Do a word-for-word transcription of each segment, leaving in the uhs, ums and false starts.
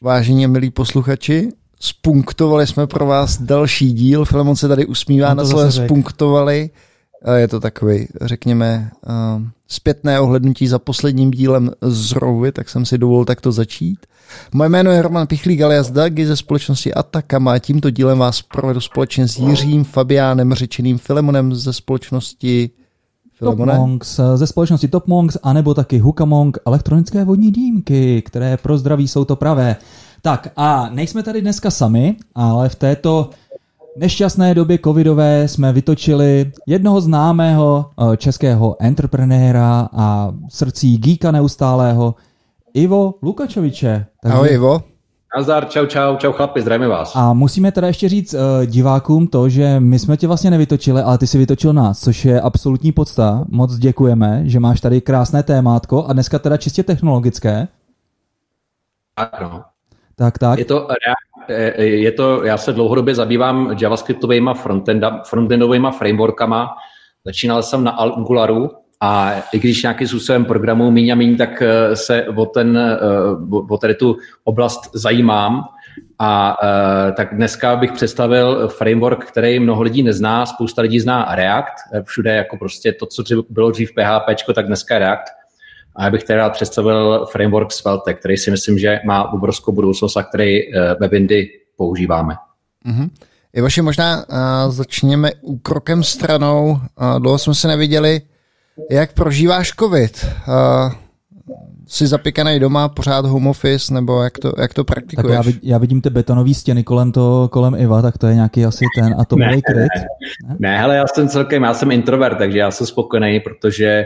Vážení milí posluchači, spunktovali jsme pro vás další díl. Filemon se tady usmívá na slova spunktovali. Je to takový, řekněme, zpětné ohlednutí za posledním dílem z Rovy, tak jsem si dovolil takto začít. Moje jméno je Roman Pichlík alias Dagi ze společnosti Atakama a tímto dílem vás provedu společně s Jiřím Fabiánem, řečeným Filemonem ze společnosti Filemone? Topmonks, ze společnosti Topmonks, anebo taky Hukamong, elektronické vodní dýmky, které pro zdraví jsou to pravé. Tak a nejsme tady dneska sami, ale v této nešťastné době covidové jsme vytočili jednoho známého českého entreprenéra a srdcí geeka neustálého, Ivo Lukačoviče. Takže... Ahoj Ivo. Nazdar, čau, čau, čau chlapi, zdravíme vás. A musíme teda ještě říct uh, divákům to, že my jsme tě vlastně nevytočili, ale ty si vytočil nás, což je absolutní podsta. Moc děkujeme, že máš tady krásné témátko a dneska teda čistě technologické. Ano. Tak, tak. Je to, je to, já se dlouhodobě zabývám javascriptovejma frontendovejma frameworkama. Začínal jsem na Angularu a i když nějakým způsobem programu míň a míň, tak se o, ten, o tady tu oblast zajímám. A tak dneska bych představil framework, který mnoho lidí nezná, spousta lidí zná React. Všude jako prostě to, co bylo dřív PHPčko, tak dneska React. A já bych teda představil framework Svelte, který si myslím, že má obrovskou budoucnost a který ve Windy používáme. Mm-hmm. Ivoši, možná uh, začněme úkrokem stranou. Uh, dlouho jsme se neviděli. Jak prožíváš covid? Uh, jsi zapěkanej doma, pořád home office, nebo jak to, jak to praktikuješ? Tak já, já vidím ty betonové stěny kolem, to, kolem Iva, tak to je nějaký asi ten atomový kryt. Ne, ne, ne, hele, já jsem celkem, já jsem introvert, takže já jsem spokojený, protože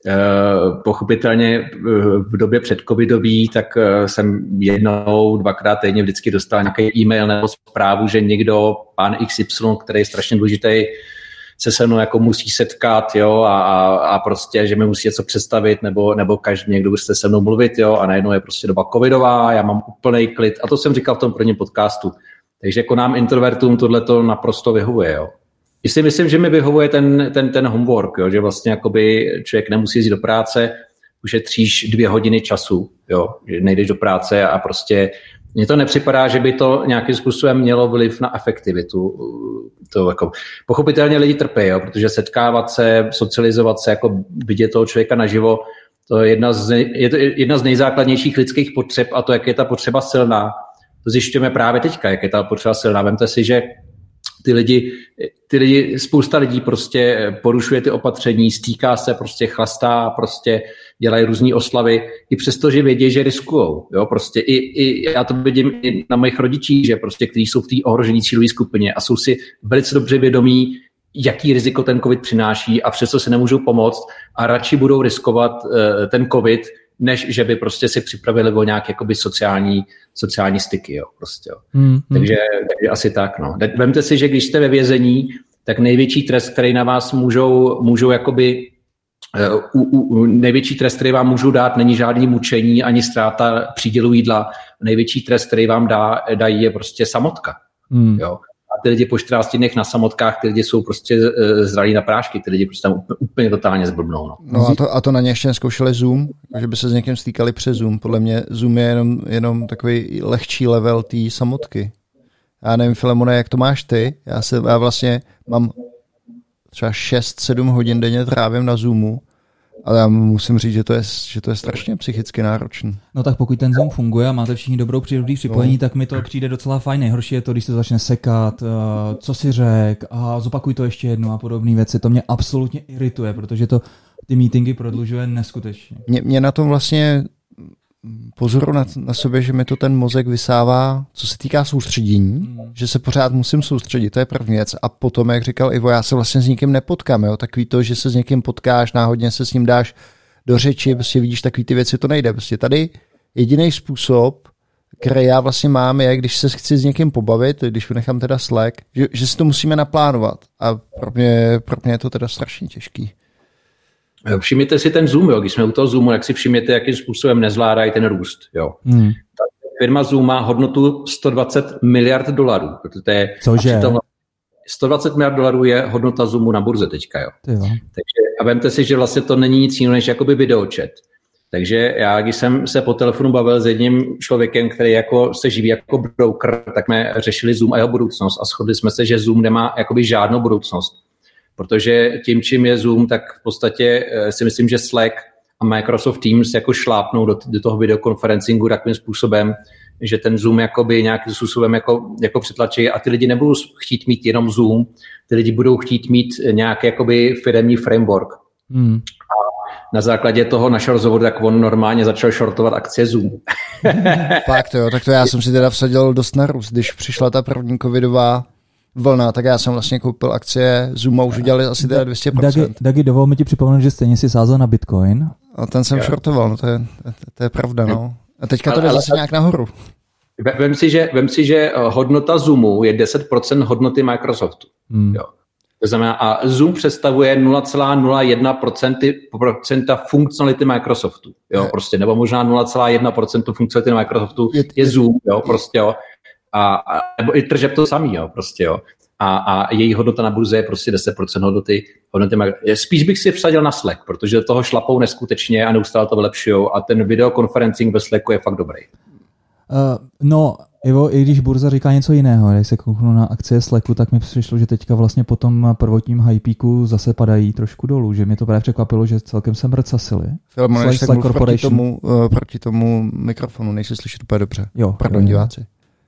Uh, pochopitelně uh, v době předcovidový, tak uh, jsem jednou, dvakrát týdně vždycky dostal nějaký e-mail nebo zprávu, že někdo, pán X Y, který je strašně důležitý, se se mnou jako musí setkat, jo, a, a prostě, že mi musí něco představit, nebo, nebo každý někdo chce se mnou mluvit, jo, a najednou je prostě doba covidová, já mám úplnej klid, a to jsem říkal v tom prvním podcastu. Takže jako nám introvertům tohleto naprosto vyhovuje, jo. I si myslím, že mi vyhovuje ten, ten, ten homework, jo, že vlastně jakoby člověk nemusí jít do práce, ušetříš dvě hodiny času, jo, že nejdeš do práce a prostě mně to nepřipadá, že by to nějakým způsobem mělo vliv na efektivitu. To jako, pochopitelně lidi trpí, jo, protože setkávat se, socializovat se, jako vidět toho člověka naživo, to je jedna z, je to jedna z nejzákladnějších lidských potřeb a to, jak je ta potřeba silná, to zjišťujeme právě teďka, jak je ta potřeba silná. Vemte si, že Ty lidi, ty lidi, spousta lidí prostě porušuje ty opatření, stýká se, prostě chlastá, prostě dělají různý oslavy, i přesto, že vědí, že riskujou. Jo? Prostě i, i, já to vidím i na mých rodičích, že prostě, kteří jsou v té ohrožené cílové skupině a jsou si velice dobře vědomí, jaký riziko ten covid přináší a přesto se nemůžou pomoct a radši budou riskovat uh, ten covid, než že by prostě si připravili o nějaké jakoby sociální, sociální styky, jo, prostě, jo. Hmm, takže, takže asi tak, no. Vemte si, že když jste ve vězení, tak největší trest, který na vás můžou, můžou jakoby, uh, uh, uh, největší trest, který vám můžou dát, není žádný mučení, ani ztráta přídělu jídla. Největší trest, který vám dá, dají, je prostě samotka, hmm. jo. A ty lidi po čtrnácti dnech na samotkách, ty lidi jsou prostě uh, zralí na prášky, ty lidi prostě tam úplně, úplně totálně zblbnou. No, no a, to, a to na ně ještě nezkoušeli Zoom, že by se s někým stýkali přes Zoom. Podle mě Zoom je jenom, jenom takový lehčí level té samotky. Já nevím, Filemone, jak to máš ty? Já, se, já vlastně mám třeba šest sedm hodin denně trávím na Zoomu, ale já musím říct, že to je, že to je strašně psychicky náročný. No tak pokud ten Zoom funguje a máte všichni dobrou přírodní připojení, no. Tak mi to přijde docela fajn. Nejhorší je to, když se začne sekat, uh, co si řek a zopakuj to ještě jednou a podobné věci. To mě absolutně irituje, protože to ty meetingy prodlužuje neskutečně. Mě, mě na tom vlastně pozoru na, na sobě, že mi to ten mozek vysává, co se týká soustředění, hmm. že se pořád musím soustředit, to je první věc. A potom, jak říkal Ivo, já se vlastně s nikým nepotkám, jo? Takový to, že se s někým potkáš, náhodně se s ním dáš do řeči, prostě vidíš takový ty věci, to nejde. Prostě tady jediný způsob, který já vlastně mám, je, když se chci s někým pobavit, když vynechám teda Slack, že, že si to musíme naplánovat. A pro mě, pro mě je to teda strašně těžký. Všimněte si ten Zoom, jo. Když jsme u toho Zoomu, jak si všimněte, jakým způsobem nezvládají ten růst. Jo. Hmm. Ta firma Zoom má hodnotu sto dvacet miliard dolarů. To je, Cože? sto dvacet miliard dolarů je hodnota Zoomu na burze teďka. Jo. Takže, a vemte si, že vlastně to není nic jiného než jakoby videočet. Takže já, když jsem se po telefonu bavil s jedním člověkem, který jako se živí jako broker, tak jsme řešili Zoom a jeho budoucnost a shodli jsme se, že Zoom nemá jakoby žádnou budoucnost. Protože tím, čím je Zoom, tak v podstatě si myslím, že Slack a Microsoft Teams jako šlápnou do, do toho videokonferencingu takovým způsobem, že ten Zoom jakoby nějakým způsobem jako, jako přetlačí a ty lidi nebudou chtít mít jenom Zoom, ty lidi budou chtít mít nějaký jakoby firemní framework. Hmm. A na základě toho našeho rozhovoru, tak on normálně začal shortovat akcie Zoom. Fakt jo, tak to já jsem si teda vsadil dost na růst, když přišla ta první covidová vlna, tak já jsem vlastně koupil akcie Zoom a už udělali asi teda dvě stě procent. Dagi, Dagi, dovol mi ti připomenout, že stejně si sázel na Bitcoin. A ten jsem shortoval, no to je, to, to je pravda, no. A teďka to jde zase nějak nahoru. Vem si, že, vem si, že hodnota Zoomu je deset procent hodnoty Microsoftu. Hmm. Jo. To znamená, a Zoom představuje nula celá nula jedna procenta funkcionality Microsoftu. Jo, prostě, nebo možná nula celá jedna procenta funkcionality Microsoftu je, je Zoom, jo, prostě, jo. A, a, nebo i tržeb to samý, jo, prostě, jo. A, a její hodnota na burze je prostě deset procent hodnoty, hodnoty. Spíš bych si vsadil na Slack, protože do toho šlapou neskutečně a neustále to vylepšujou a ten videokonferencing ve Slacku je fakt dobrý. Uh, no, Ivo, i když burza říká něco jiného, když se kouknu na akcie Slacku, tak mi přišlo, že teďka vlastně po tom prvotním hypeíku zase padají trošku dolů, že mě to právě překvapilo, že celkem jsem mrcasili. Filmo, než tak mluv proti tomu, uh, proti tomu mikrofonu, nejsi slyšet úplně dobře. Jo. Pardon, diváci.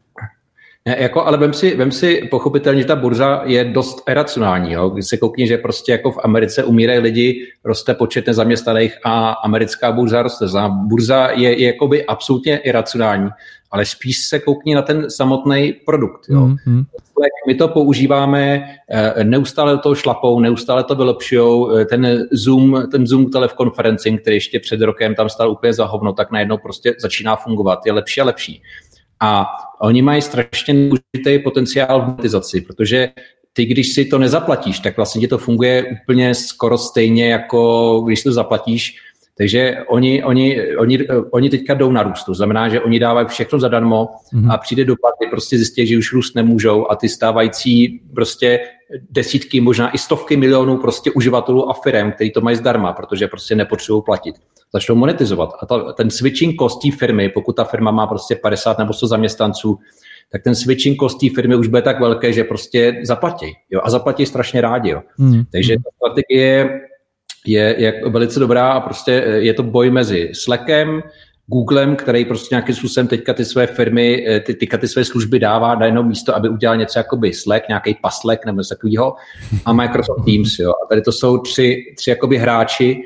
Ne, jako, ale vem si, vem si pochopitelně, že ta burza je dost iracionální. Jo? Když se koukni, že prostě jako v Americe umírají lidi, roste počet nezaměstnaných a americká burza roste. Burza je, je jakoby absolutně iracionální, ale spíš se koukni na ten samotný produkt. Jo? Mm-hmm. My to používáme, neustále do toho šlapou, neustále to vylepšujou. Ten Zoom, ten Zoom teleconferencing, který ještě před rokem tam stál úplně za hovno, tak najednou prostě začíná fungovat. Je lepší a lepší. A oni mají strašně důležitý potenciál v monetizaci, protože ty, když si to nezaplatíš, tak vlastně ti to funguje úplně skoro stejně, jako když to zaplatíš. Takže oni, oni, oni, oni teďka jdou na růst. To znamená, že oni dávají všechno zadarmo mm-hmm. a přijde do platy, prostě zjistí, že už růst nemůžou a ty stávající prostě desítky, možná i stovky milionů prostě uživatelů a firem, který to mají zdarma, protože prostě nepotřebují platit, začnou monetizovat. A ta, ten switching cost té firmy, pokud ta firma má prostě padesát nebo sto zaměstnanců, tak ten switching cost té firmy už bude tak velké, že prostě zaplatí. Jo? A zaplatí strašně rádi. Jo? Mm. Takže ta strategie je, je velice dobrá a prostě je to boj mezi Slackem, Googlem, který prostě nějakým způsobem teďka ty své firmy, ty, teďka ty své služby dává na jedno místo, aby udělal něco jakoby Slack, nějaký paslek nebo něco takového a Microsoft Teams. Jo. A tady to jsou tři, tři jakoby hráči,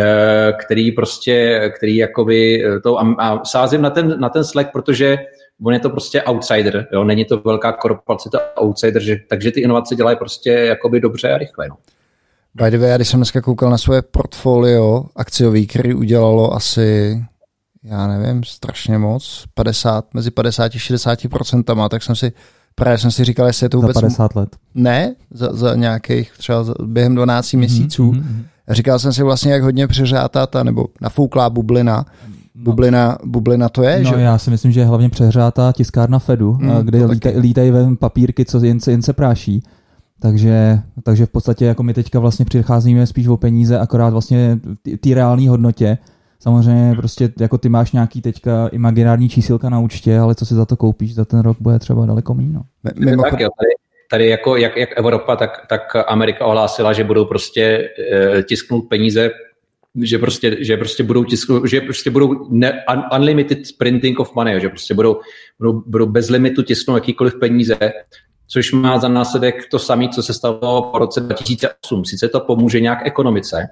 který prostě, který jakoby to, a, a sázím na ten, na ten Slack, protože on je to prostě outsider, jo. Není to velká korporace, to outsider, že, takže ty inovace dělají prostě jakoby dobře a rychle. No. By the way, já když jsem dneska koukal na svoje portfolio akciový, který udělalo asi, já nevím, strašně moc, padesát, mezi padesát a šedesát procentama, tak jsem si, právě jsem si říkal, jestli je to vůbec... Za padesát let. Ne, za, za nějakých třeba za, během dvanáct mm-hmm, měsíců. Mm-hmm. Říkal jsem si vlastně, jak hodně přeřátá ta, nebo nafouklá bublina. Bublina, bublina to je, no, že? Já si myslím, že je hlavně přehrátá tiskárna Fedu, mm, kde lítají lítaj ven papírky, co jen, jen se práší. Takže, takže v podstatě jako my teďka vlastně přicházíme spíš o peníze, akorát vlastně ty reální hodnotě. Samozřejmě prostě jako ty máš nějaký teďka imaginární čísilka na účtě, ale co si za to koupíš, za ten rok bude třeba daleko méně. No. Tak jo, tady, tady jako jak, jak Evropa, tak, tak Amerika ohlásila, že budou prostě e, tisknout peníze, že prostě, že prostě budou tisknout, že prostě budou ne, un, unlimited printing of money, že prostě budou, budou, budou bez limitu tisknout jakýkoliv peníze, což má za následek to samé, co se stalo po roce dva tisíce osm. Sice to pomůže nějak ekonomice,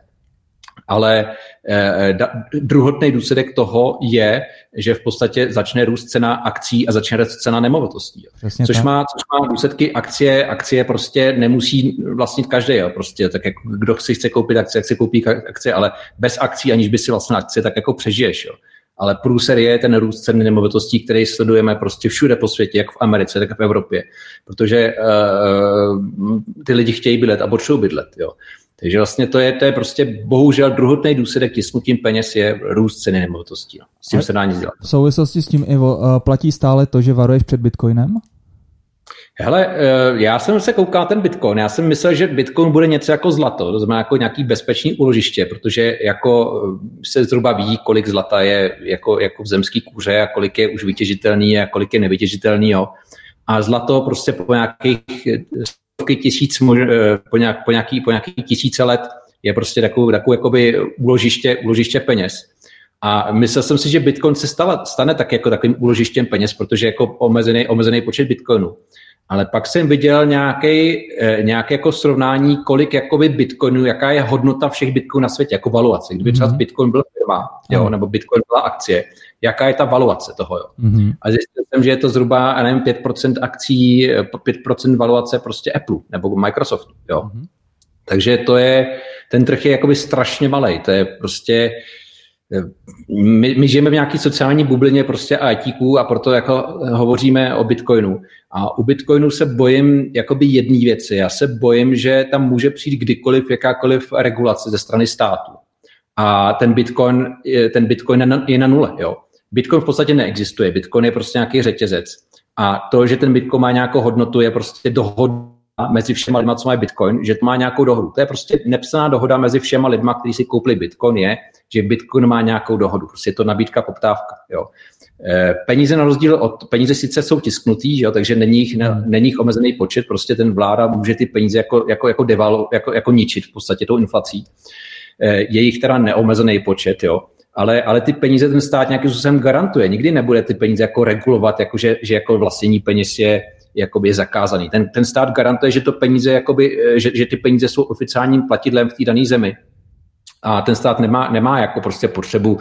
ale eh, da, druhotný důsledek toho je, že v podstatě začne růst cena akcí a začne růst cena nemovitostí. Což má, což má důsledky akcie. Akcie prostě nemusí vlastnit každý. Jo. Prostě, tak jako, kdo si chce koupit akcie, jak si koupí akcie, ale bez akcí, aniž by si vlastnil akcie, tak jako přežiješ. Jo. Ale průser je ten růst ceny nemovitostí, který sledujeme prostě všude po světě, jak v Americe, tak v Evropě. Protože uh, ty lidi chtějí bydlet a potřebují bydlet. Jo. Takže vlastně to je, to je prostě bohužel druhotný důsledek tisknutím peněz je růst ceny nemovitostí. No. S tím se dá nic dělat. V souvislosti s tím, Ivo, platí stále to, že varuješ před Bitcoinem? Hele, já jsem se koukal na ten Bitcoin, já jsem myslel, že Bitcoin bude něco jako zlato, to znamená jako nějaký bezpečný úložiště, protože jako se zhruba ví, kolik zlata je jako, jako v zemský kůře a kolik je už vytěžitelný a kolik je nevytěžitelný, jo. A zlato prostě po nějakých tisíc, po, nějak, po, nějaký, po nějaký tisíce let je prostě takovou, takovou jakoby úložiště, úložiště peněz. A myslel jsem si, že Bitcoin se stala, stane tak jako takovým úložištěm peněz, protože jako omezený, omezený počet Bitcoinů. Ale pak jsem viděl nějaké nějaké jako srovnání, kolik jakoby Bitcoinů, jaká je hodnota všech Bitcoinů na světě, jako valuace. Kdyby třeba Bitcoin byl firma, jo, nebo Bitcoin byla akcie, jaká je ta valuace toho, jo. Mm-hmm. A zjistil jsem, že je to zhruba, já nevím, pět procent akcí, pět procent valuace prostě Apple nebo Microsoftu, jo. Mm-hmm. Takže to je, ten trh je jakoby strašně malej, to je prostě, my, my žijeme v nějaký sociální bublině prostě í té ků a proto jako hovoříme o Bitcoinu. A u Bitcoinu se bojím jakoby jedné věci. Já se bojím, že tam může přijít kdykoliv jakákoliv regulace ze strany státu. A ten Bitcoin, ten Bitcoin je na, je na nule. Jo. Bitcoin v podstatě neexistuje. Bitcoin je prostě nějaký řetězec. A to, že ten Bitcoin má nějakou hodnotu, je prostě dohoda mezi všema lidma, co mají Bitcoin, že to má nějakou dohodu. To je prostě nepsaná dohoda mezi všema lidma, kteří si koupili Bitcoin, je, že Bitcoin má nějakou dohodu. Prostě je to nabídka, poptávka. Jo. Peníze na rozdíl od peníze sice jsou tisknutý, jo, takže není jich, ne, není jich omezený počet, prostě ten vláda může ty peníze jako, jako, jako, devalu, jako, jako ničit v podstatě tou inflací. Je jich teda neomezený počet, jo. Ale, ale ty peníze ten stát nějakým způsobem garantuje. Nikdy nebude ty peníze jako regulovat, jako že, že jako vlastnění peněz je jakoby je zakázaný. Ten, ten stát garantuje, že to peníze, jakoby, že, že ty peníze jsou oficiálním platidlem v té dané zemi. A ten stát nemá, nemá jako prostě potřebu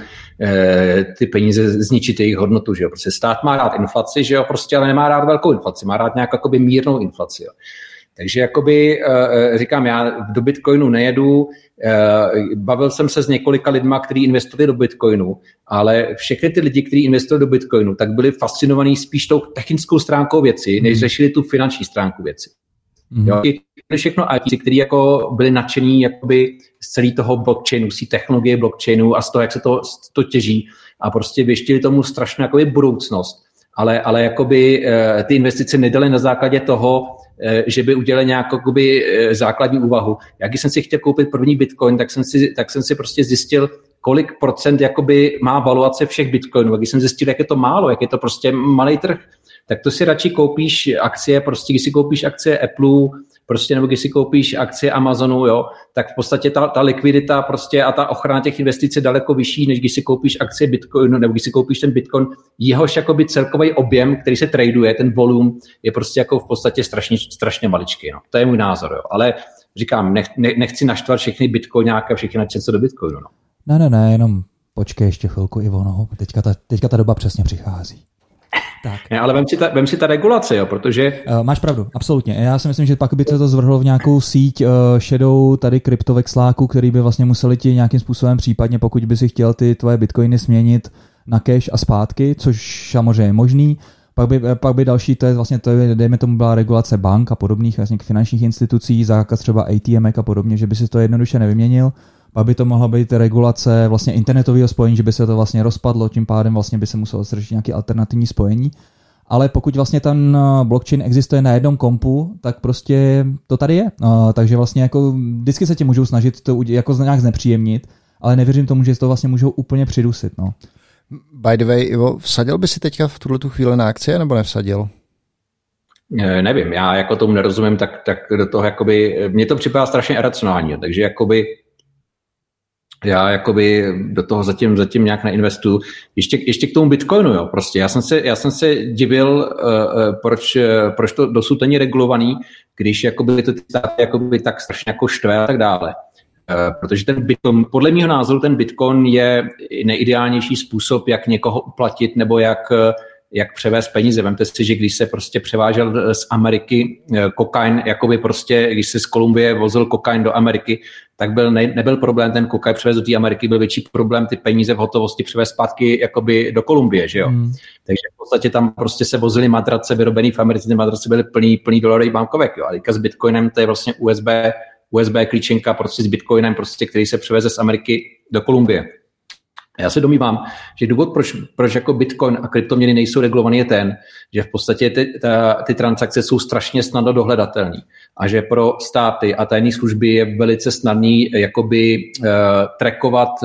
e, ty peníze zničit jejich hodnotu, že jo. Prostě stát má rád inflaci, že jo, prostě, ale nemá rád velkou inflaci, má rád nějak jakoby mírnou inflaci, jo. Takže jakoby e, říkám, já do Bitcoinu nejedu, e, bavil jsem se s několika lidma, kteří investovali do Bitcoinu, ale všechny ty lidi, kteří investovali do Bitcoinu, tak byli fascinovaní spíš tou technickou stránkou věci, než řešili tu finanční stránku věci. Mm. Jo, všechno í té, kteří jako byli nadšení jakoby z celý toho blockchainu, z technologie blockchainu a z toho, jak se to, to těží a prostě věštili tomu strašnou jakoby budoucnost. Ale, ale jakoby ty investice nedaly na základě toho, že by udělali nějakou jakoby základní úvahu. Jak když jsem si chtěl koupit první Bitcoin, tak jsem si, tak jsem si prostě zjistil, kolik procent jakoby má valuace všech Bitcoinů. A když jsem zjistil, jak je to málo, jak je to prostě malý trh, tak to si radši koupíš akcie, prostě když si koupíš akcie Apple, prostě nebo když si koupíš akcie Amazonu, jo, tak v podstatě ta, ta likvidita prostě a ta ochrana těch investic je daleko vyšší, než když si koupíš akcie Bitcoinu, nebo když si koupíš ten Bitcoin, jehož jakoby celkový objem, který se traduje, ten volum, je prostě jako v podstatě strašně, strašně maličký, no. To je můj názor, jo. Ale říkám, nech, ne, nechci naštvat všechny Bitcoináky a všechny nadšence do Bitcoinu, no. Ne, ne, ne, jenom počkej ještě chvilku, Ivo, teďka ta, teďka ta doba přesně přichází. Tak. Ne, ale vem si, ta, vem si ta regulace, jo, protože... Uh, máš pravdu, absolutně. Já si myslím, že pak by se to zvrhlo v nějakou síť uh, shadow tady kryptovexláků, který by vlastně museli ti nějakým způsobem případně, pokud by si chtěl ty tvoje bitcoiny směnit na cash a zpátky, což samozřejmě je možný. Pak by, pak by další, to je vlastně, to je, dejme tomu, byla regulace bank a podobných vlastně finančních institucí, zákaz třeba á té emek a podobně, že by si to jednoduše nevyměnil. Pak by to mohla být regulace vlastně internetového spojení, že by se to vlastně rozpadlo, tím pádem vlastně by se muselo zřešit nějaké alternativní spojení. Ale pokud vlastně ten blockchain existuje na jednom kompu, tak prostě to tady je. Uh, takže vlastně jako vždycky se tě můžou snažit to jako nějak znepříjemnit, ale nevěřím tomu, že to vlastně můžou úplně přidusit. No. By the way, Ivo, vsadil by si teďka v tuhletu chvíli na akcie, nebo nevsadil? Ne, nevím, já jako tomu nerozumím, tak, tak do toho jakoby, mně to připadá strašně iracionální, takže jakoby já jakoby do toho zatím, zatím nějak neinvestuju. Ještě, ještě k tomu Bitcoinu, jo, prostě. Já jsem se, já jsem se divil, uh, proč, uh, proč to dosud není regulovaný, když jakoby to jakoby tak strašně jako štve a tak dále. Uh, protože ten Bitcoin, podle mého názoru, ten Bitcoin je nejideálnější způsob, jak někoho uplatit nebo jak, jak převést peníze. Vemte si, že když se prostě převážel z Ameriky kokain, jakoby prostě, když se z Kolumbie vozil kokain do Ameriky, tak byl, ne, nebyl problém ten kokain převést do té Ameriky, byl větší problém ty peníze v hotovosti převést zpátky jakoby do Kolumbie, že jo. Hmm. Takže v podstatě tam prostě se vozily matrace vyrobený v Americe, ty matrace byly plný, plný dolarový bankovek, jo. A teďka s Bitcoinem to je vlastně U S B, U S B klíčenka prostě s Bitcoinem, prostě, který se převeze z Ameriky do Kolumbie. Já se domnívám, že důvod, proč, proč jako Bitcoin a kryptoměny nejsou regulované, je ten, že v podstatě ty, ta, ty transakce jsou strašně snadno dohledatelné a že pro státy a tajné služby je velice snadný jakoby uh, trackovat uh,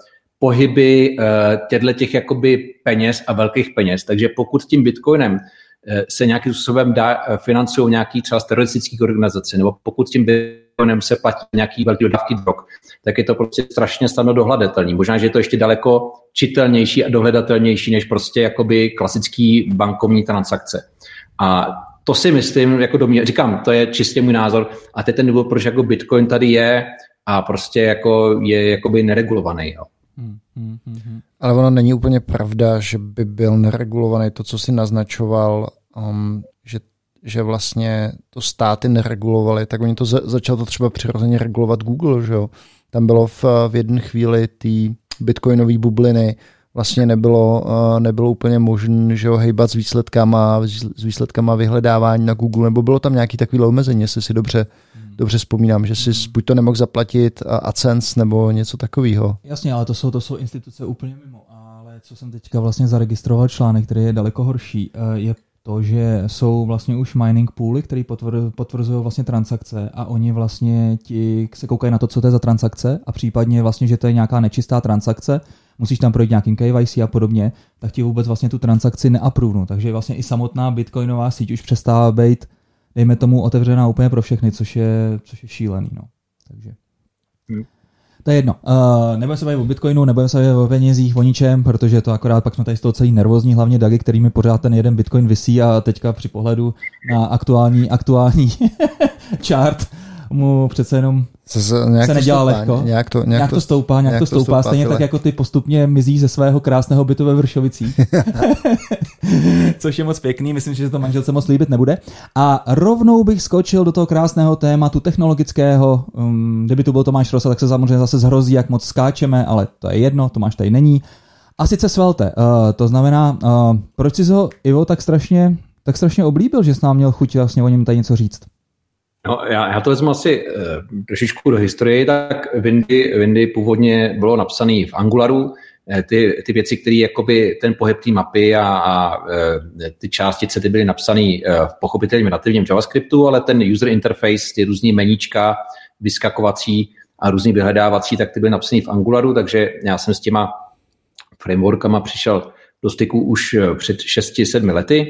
pohyby uh, těchto těch jakoby peněz a velkých peněz. Takže pokud tím Bitcoinem uh, se nějakým způsobem dá, uh, financují nějaký třeba teroristický organizace, nebo pokud tím Bitcoinem se platí nějaký velký dodávky drog, tak je to prostě strašně snadno dohledatelný. Možná, že je to ještě daleko čitelnější a dohledatelnější než prostě jakoby klasický bankovní transakce. A to si myslím, jako do mě, říkám, to je čistě můj názor a to je ten důvod, proč jako Bitcoin tady je a prostě jako je jakoby neregulovaný. Jo. Hmm, hmm, hmm. Ale ono není úplně pravda, že by byl neregulovaný to, co si naznačoval, um, že že vlastně to státy neregulovaly, tak oni to za, začalo to třeba přirozeně regulovat Google, že jo. Tam bylo v, v jedné chvíli ty bitcoinové bubliny, vlastně nebylo, nebylo úplně možné, že jo, hejbat s výsledkama, s výsledkama vyhledávání na Google, nebo bylo tam nějaký takový omezení, jestli si dobře, hmm. dobře vzpomínám, že si buď to nemohl zaplatit AdSense nebo něco takového. Jasně, ale to jsou, to jsou instituce úplně mimo, ale co jsem teďka vlastně zaregistroval článek, který je daleko horší, je to, že jsou vlastně už mining pooly, které potvrzují vlastně transakce a oni vlastně ti se koukají na to, co to je za transakce a případně vlastně, že to je nějaká nečistá transakce, musíš tam projít nějakým K Y C a podobně, tak ti vůbec vlastně tu transakci neapprovnou. Takže vlastně i samotná bitcoinová síť už přestává být, dejme tomu, otevřená úplně pro všechny, což je, což je šílený. No. Takže... Hmm. To je jedno. Uh, nebudeme se bavit o Bitcoinu, nebudeme se bavit o penězích, o ničem, protože to akorát pak jsme tady z toho celý nervózní, hlavně Dagi, kterými pořád ten jeden Bitcoin visí a teďka při pohledu na aktuální, aktuální chart mu přece jenom se, se nedělá stoupá, lehko. Nějak to, nějak nějak to stoupá, nějak, nějak to stoupá, stoupá stejně tak jako ty postupně mizí ze svého krásného bytu ve Vršovicích. Což je moc pěkný, myslím, že to manželce moc líbit nebude. A rovnou bych skočil do toho krásného tématu technologického. Um, kdyby tu byl Tomáš Rosa, tak se samozřejmě zase zhrozí, jak moc skáčeme, ale to je jedno, Tomáš tady není. A sice Svelte. Uh, to znamená, uh, proč jsi ho, Ivo, tak strašně, tak strašně oblíbil, že jsi nám měl chuť vlastně o něm tady něco říct? No, já, já to vezmu asi uh, trošičku do historie, tak Windy, Windy původně bylo napsané v Angularu, ty, ty věci, které jakoby ten pohyb té mapy a, a uh, ty částice ty byly napsané uh, v pochopitelném nativním JavaScriptu, ale ten user interface, ty různý meníčka, vyskakovací a různý vyhledávací, tak ty byly napsané v Angularu, takže já jsem s těma frameworkama přišel do styku už před šesti sedmi lety.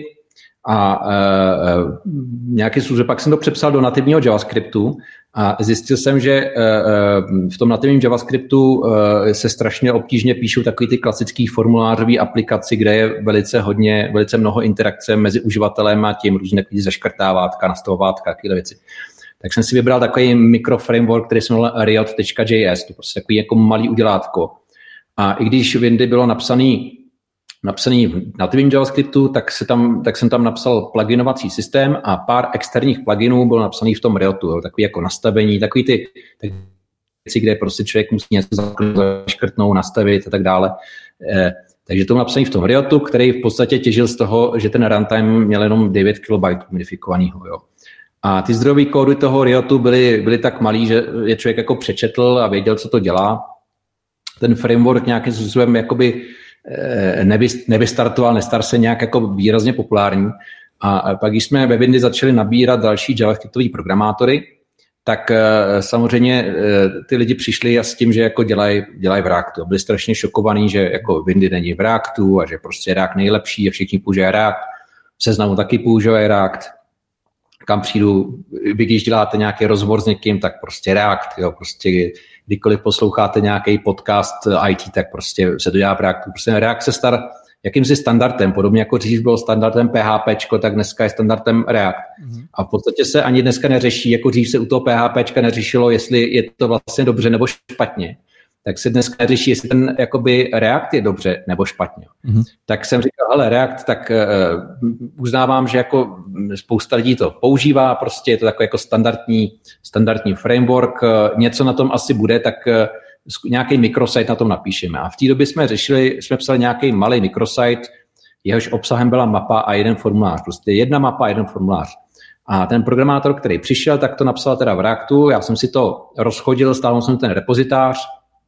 A uh, nějaký způsob, pak jsem to přepsal do nativního JavaScriptu a zjistil jsem, že uh, v tom nativním JavaScriptu uh, se strašně obtížně píšou takový ty klasický formulářový aplikaci, kde je velice hodně, velice mnoho interakce mezi uživatelem a tím různé takový zaškrtávátka, nastavovátka, takové věci. Tak jsem si vybral takový mikroframework, který se jmenuje Riot tečka J S, to prostě takový jako malý udělátko. A i když Windy bylo napsaný napsaný v nativním JavaScriptu, tak, se tam, tak jsem tam napsal pluginovací systém a pár externích pluginů bylo napsaný v tom Riotu, jo, takový jako nastavení, takový ty věci, kde prostě člověk musí něco zaškrtnout, nastavit a tak dále. Eh, takže to napsaný v tom Riotu, který v podstatě těžil z toho, že ten runtime měl jenom devět kilobajtů modifikovanýho. Jo. A ty zdrojové kódy toho Riotu byly, byly tak malý, že je člověk jako přečetl a věděl, co to dělá. Ten framework nějakým způsobem jakoby nevystartoval, nestar se nějak jako výrazně populární. A pak, když jsme ve Windy začali nabírat další JavaScriptový programátory, tak samozřejmě ty lidi přišli s tím, že jako dělají dělaj v Reactu. Byli strašně šokovaní, že jako Windy není v Reactu a že prostě React nejlepší a všichni používají React. V Seznamu taky používají React. Kam přijdu, vy když děláte nějaký rozhovor s někým, tak prostě React, jo, prostě kdykoliv posloucháte nějaký podcast I T, tak prostě se to dělá v Reactu. Prostě React se star jakýmsi standardem, podobně jako dřív byl standardem PHPčko, tak dneska je standardem React. Mm-hmm. A v podstatě se ani dneska neřeší, jako dřív se u toho PHPčka neřešilo, jestli je to vlastně dobře nebo špatně. Tak se dneska neřeší, jestli ten jakoby React je dobře nebo špatně. Mm-hmm. Tak jsem říkal, hele, React, tak uh, uznávám, že jako spousta lidí to používá, prostě je to takový jako standardní, standardní framework, uh, něco na tom asi bude, tak uh, nějaký microsite na tom napíšeme. A v té době jsme řešili, jsme psali nějaký malý microsite, jehož obsahem byla mapa a jeden formulář. Prostě jedna mapa a jeden formulář. A ten programátor, který přišel, tak to napsal teda v Reactu, já jsem si to rozchodil, stáhl jsem ten repozitář,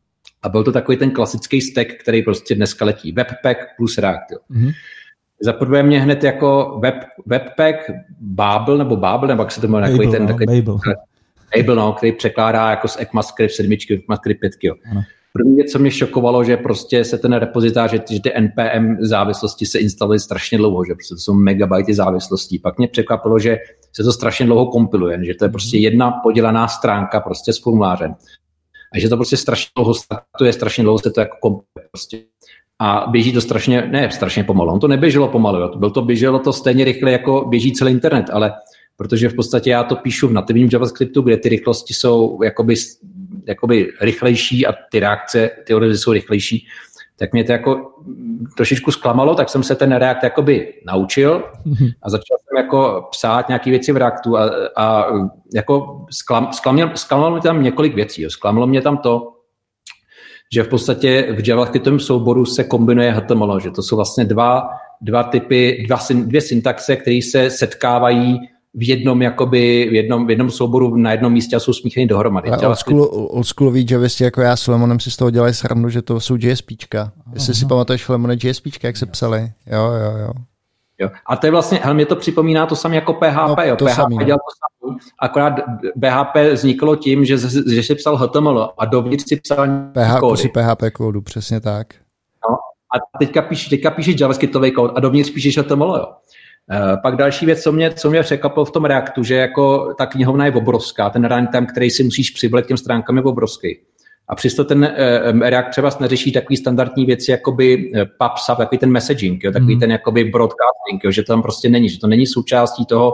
A byl to takový ten klasický stack, který prostě dneska letí. Webpack plus React. Jo. Mm-hmm. Za prvé mě hned jako web, Webpack, Babel nebo Babel, nebo jak se to jmenuje, takový ten... No, takový, Babel. Babel, no, který překládá jako z ECMAScript sedmičky, ECMAScript pětky. Jo. První věc, co mě šokovalo, že prostě se ten repozitář, že ty N P M závislosti se instalují strašně dlouho, že prostě to jsou megabajty závislostí. Pak mě překvapilo, že se to strašně dlouho kompiluje, že to je prostě jedna podělaná stránka prostě s formulářem. A že to prostě strašně dlouho startuje, strašně dlouho se to jako kompiluje prostě. A běží to strašně, ne strašně pomalu, on to neběželo pomalu, jo. Byl to, běželo to stejně rychle, jako běží celý internet, ale protože v podstatě já to píšu v nativním JavaScriptu, kde ty rychlosti jsou jakoby, jakoby rychlejší a ty reakce, ty odezvy jsou rychlejší, tak mě to jako trošičku zklamalo, tak jsem se ten React jakoby naučil a začal jsem jako psát nějaké věci v Reactu a, a jako sklam, sklamalo, sklamalo mě tam několik věcí. Jo. Sklamalo mě tam to, že v podstatě v JavaScriptovém souboru se kombinuje H T M L, že to jsou vlastně dva, dva typy, dva, dvě syntaxe, které se setkávají v jednom, jakoby, v jednom, v jednom souboru na jednom místě a jsou smíchaný dohromady. Oldschooloví javisti jako já s Lemonem si z toho dělají srandu, že to jsou JSPčka. Jestli si pamatuješ, Lemone, JSPčka, jak se psali. Jo, jo, jo. Jo. A to je vlastně, hele, mě to připomíná to samé jako P H P. No, jo. To P H P samý, dělal to samé, akorát P H P vzniklo tím, že, že si psal H T M L a dovnitř si psal P H P, kódy. si P H P kódu, přesně tak. No. A teďka píšeš, teďka píšeš JavaScriptový kód a dovnitř píšeš H T M L, jo. Uh, pak další věc, co mě, co mě překvapilo v tom Reactu, že jako ta knihovna je obrovská, ten runtime, který si musíš přiblet těm stránkám, je obrovský. A přesto ten uh, React třeba neřeší takový standardní věci, jakoby uh, pub, takový ten messaging, jo, takový mm. ten jakoby broadcasting, jo, že to tam prostě není, že to není součástí toho,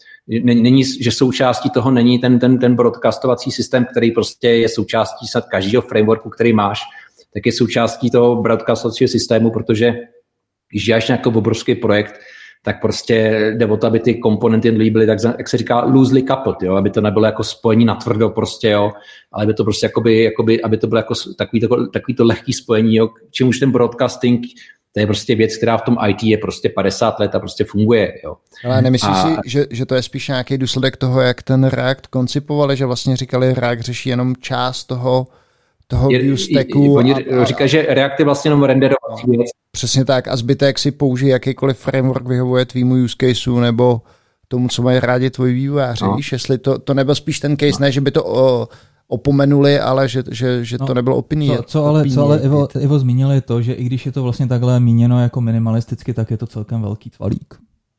není, že součástí toho není ten, ten, ten broadcastovací systém, který prostě je součástí snad každého frameworku, který máš, tak je součástí toho broadcastovacího systému, protože když děláš nějaký obrovský projekt, tak prostě jde o to, aby ty komponenty byly, tak jak se říká, loosely coupled, jo, aby to nebylo jako spojení natvrdo prostě, jo, ale aby to prostě jakoby, jakoby, aby to bylo jako takový to, takový to lehký spojení, jo, čím už ten broadcasting, to je prostě věc, která v tom I T je prostě padesát let a prostě funguje, jo. Ale nemyslíš a... si, že, že to je spíš nějaký důsledek toho, jak ten React koncipovali, že vlastně říkali, React řeší jenom část toho toho view stacku. Oni říkají, že React je vlastně jenom renderovací věc. Přesně tak. A zbytek si použije jakýkoliv framework vyhovuje tvýmu use caseu nebo tomu, co mají rádi tvoji vývojáři. No. Víš, jestli to, to nebyl spíš ten case, no. Ne, že by to o, opomenuli, ale že, že, že no. To nebylo opinion. Co, co ale, co ale Ivo, Ivo zmínil je to, že i když je to vlastně takhle míněno jako minimalisticky, tak je to celkem velký tvalík.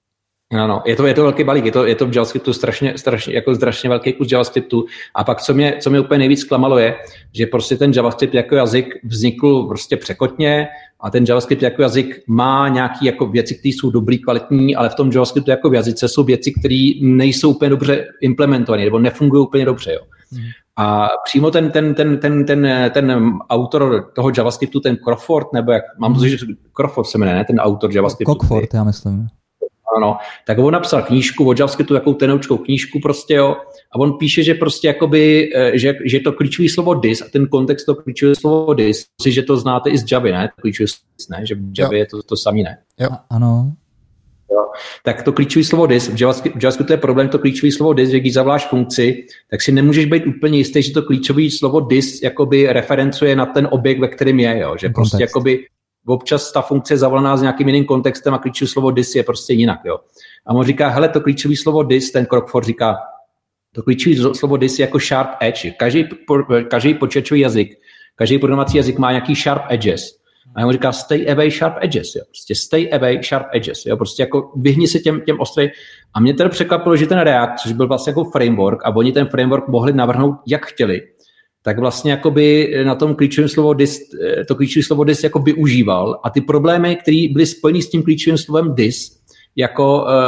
No, no, je to, je to velký balík, je to, je to v JavaScriptu strašně, strašně, jako strašně velký kus JavaScriptu. A pak, co mě, co mě úplně nejvíc zklamalo je, že prostě ten JavaScript jako jazyk vznikl prostě překotně a ten JavaScript jako jazyk má nějaké jako věci, které jsou dobrý, kvalitní, ale v tom JavaScriptu jako v jazyce jsou věci, které nejsou úplně dobře implementované nebo nefungují úplně dobře. Jo. Hmm. A přímo ten, ten, ten, ten, ten, ten autor toho JavaScriptu, ten Crawford, nebo jak, mám to, že Crawford se jmenuje, ne? Ten autor JavaScriptu. Cockford, já myslím. Ano, tak on napsal knížku o JavaScriptu, takovou tenoučkou knížku prostě, jo, a on píše, že prostě jakoby, že, že to klíčové slovo this a ten kontext to klíčové slovo this, že to znáte i z Javy, ne? To klíčové slovo, ne? Že v Javě je to, to samý, ne? Jo. A, ano. Jo. Tak to klíčové slovo this, v JavaScriptu, v JavaScriptu je problém, to klíčové slovo this, že když zavoláš funkci, tak si nemůžeš být úplně jistý, že to klíčové slovo this jakoby referencuje na ten objekt, ve kterém je, jo, že prostě kontext. Jakoby občas ta funkce je zavolaná s nějakým jiným kontextem a klíčové slovo this je prostě jinak. Jo. A on říká, hele, to klíčové slovo this, ten Crockford říká, to klíčové slovo this je jako sharp edge. Každý, každý počítačový jazyk, každý programovací jazyk má nějaký sharp edges. A on říká, stay away sharp edges. Jo. Prostě stay away sharp edges. Jo. Prostě jako vyhni se těm, těm ostrým. A mě teda překvapilo, že ten React, což byl vlastně jako framework, a oni ten framework mohli navrhnout, jak chtěli, tak vlastně jakoby na tom klíčovém slovo this, to klíčové slovo this jako využíval a ty problémy, které byly spojeny s tím klíčovým slovem this, jako, uh,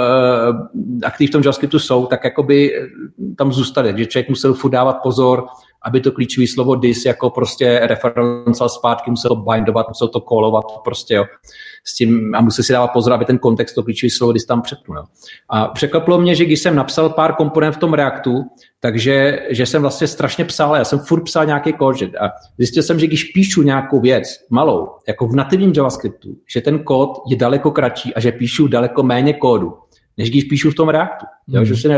a který v tom JavaScriptu jsou, tak jakoby tam zůstaly, takže člověk musel furt dávat pozor, aby to klíčové slovo this jako prostě referencal zpátky, musel to bindovat, musel to callovat prostě, jo, s tím a musel si dávat pozor, aby ten kontext to klíčové slovo this tam přepnul. A překvapilo mě, že když jsem napsal pár komponent v tom Reactu, takže že jsem vlastně strašně psal, já jsem furt psal nějaký kód a zjistil jsem, že když píšu nějakou věc malou, jako v nativním JavaScriptu, že ten kód je daleko kratší a že píšu daleko méně kódu, než když píšu v tom Reactu. Mm. Jo, že se React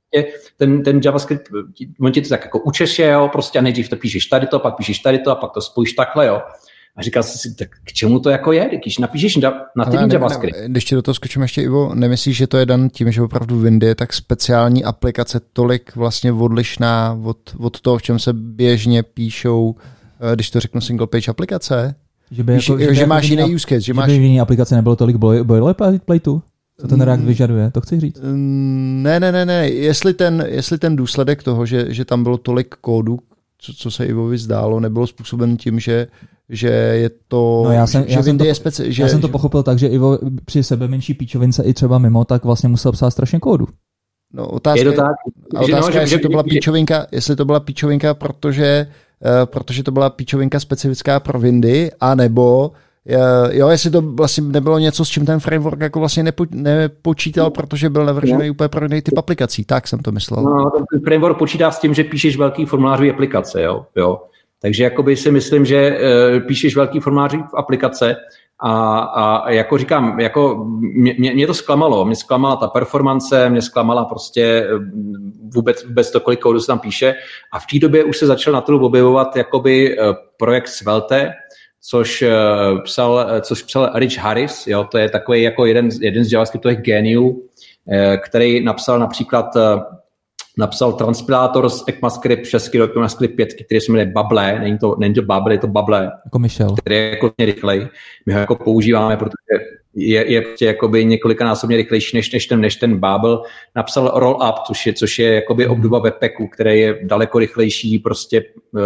ten, ten JavaScript, on ti to tak jako učeš, jo, prostě a nejdřív to píšeš tady to, pak píšeš tady to a pak to spojíš takhle, jo. A říkal jsem si, tak k čemu to jako je, když napíšeš na nativní JavaScript? Ne, když ti do toho skočím ještě, Ivo, nemyslíš, že to je dan tím, že opravdu Windy je tak speciální aplikace tolik vlastně odlišná od, od toho, v čem se běžně píšou, když to řeknu single page aplikace? Že, by jako, Víš, že, že máš jiný use case. Že, že máš... by v jiný aplikace nebylo tolik boilerplateu? Co ten React vyžaduje, to chci říct? Ne, ne, ne, ne. Jestli ten, jestli ten důsledek toho, že, že tam bylo tolik kódu, co, co se Ivovi zdálo, nebylo způsoben tím, že že je to, no já jsem, že já jsem to, je speci- že, já jsem to pochopil tak, že Ivo při sebe menší píčovince i třeba mimo, tak vlastně musel psát strašně kódu. No otázka je, to tak, a otázka, no, jestli, že, to byla že, píčovinka, jestli to byla píčovinka, protože, uh, protože to byla píčovinka specifická pro Windy, anebo uh, jo, jestli to vlastně nebylo něco, s čím ten framework jako vlastně nepo, nepočítal, protože byl navržený no. úplně pro jiný typ aplikací, tak jsem to myslel. No, ten framework počítá s tím, že píšeš velký formulářový aplikace, jo, jo. Takže jakoby si myslím, že uh, píšeš velký formulář v aplikace a, a jako říkám, jako mě, mě to zklamalo, mě zklamala ta performance, mě zklamala prostě vůbec, vůbec to, kolik kódu se tam píše a v té době už se začal na trhu objevovat jakoby uh, projekt Svelte, což uh, psal, což psal Rich Harris, jo, to je takový jako jeden, jeden z JavaScriptových géniů, uh, který napsal například uh, napsal transpilátor z ECMAScript šest do ECMAScript pět, který se jmenuje Bubble, není to, není to Bubble, je to Bubble, jako Michel, který je jako rychlej. My ho jako používáme, protože je, je prostě jakoby několikanásobně rychlejší než, než, ten, než ten Bubble. Napsal Rollup, což je, což je jakoby obdoba Webpacku, který je daleko rychlejší, prostě uh,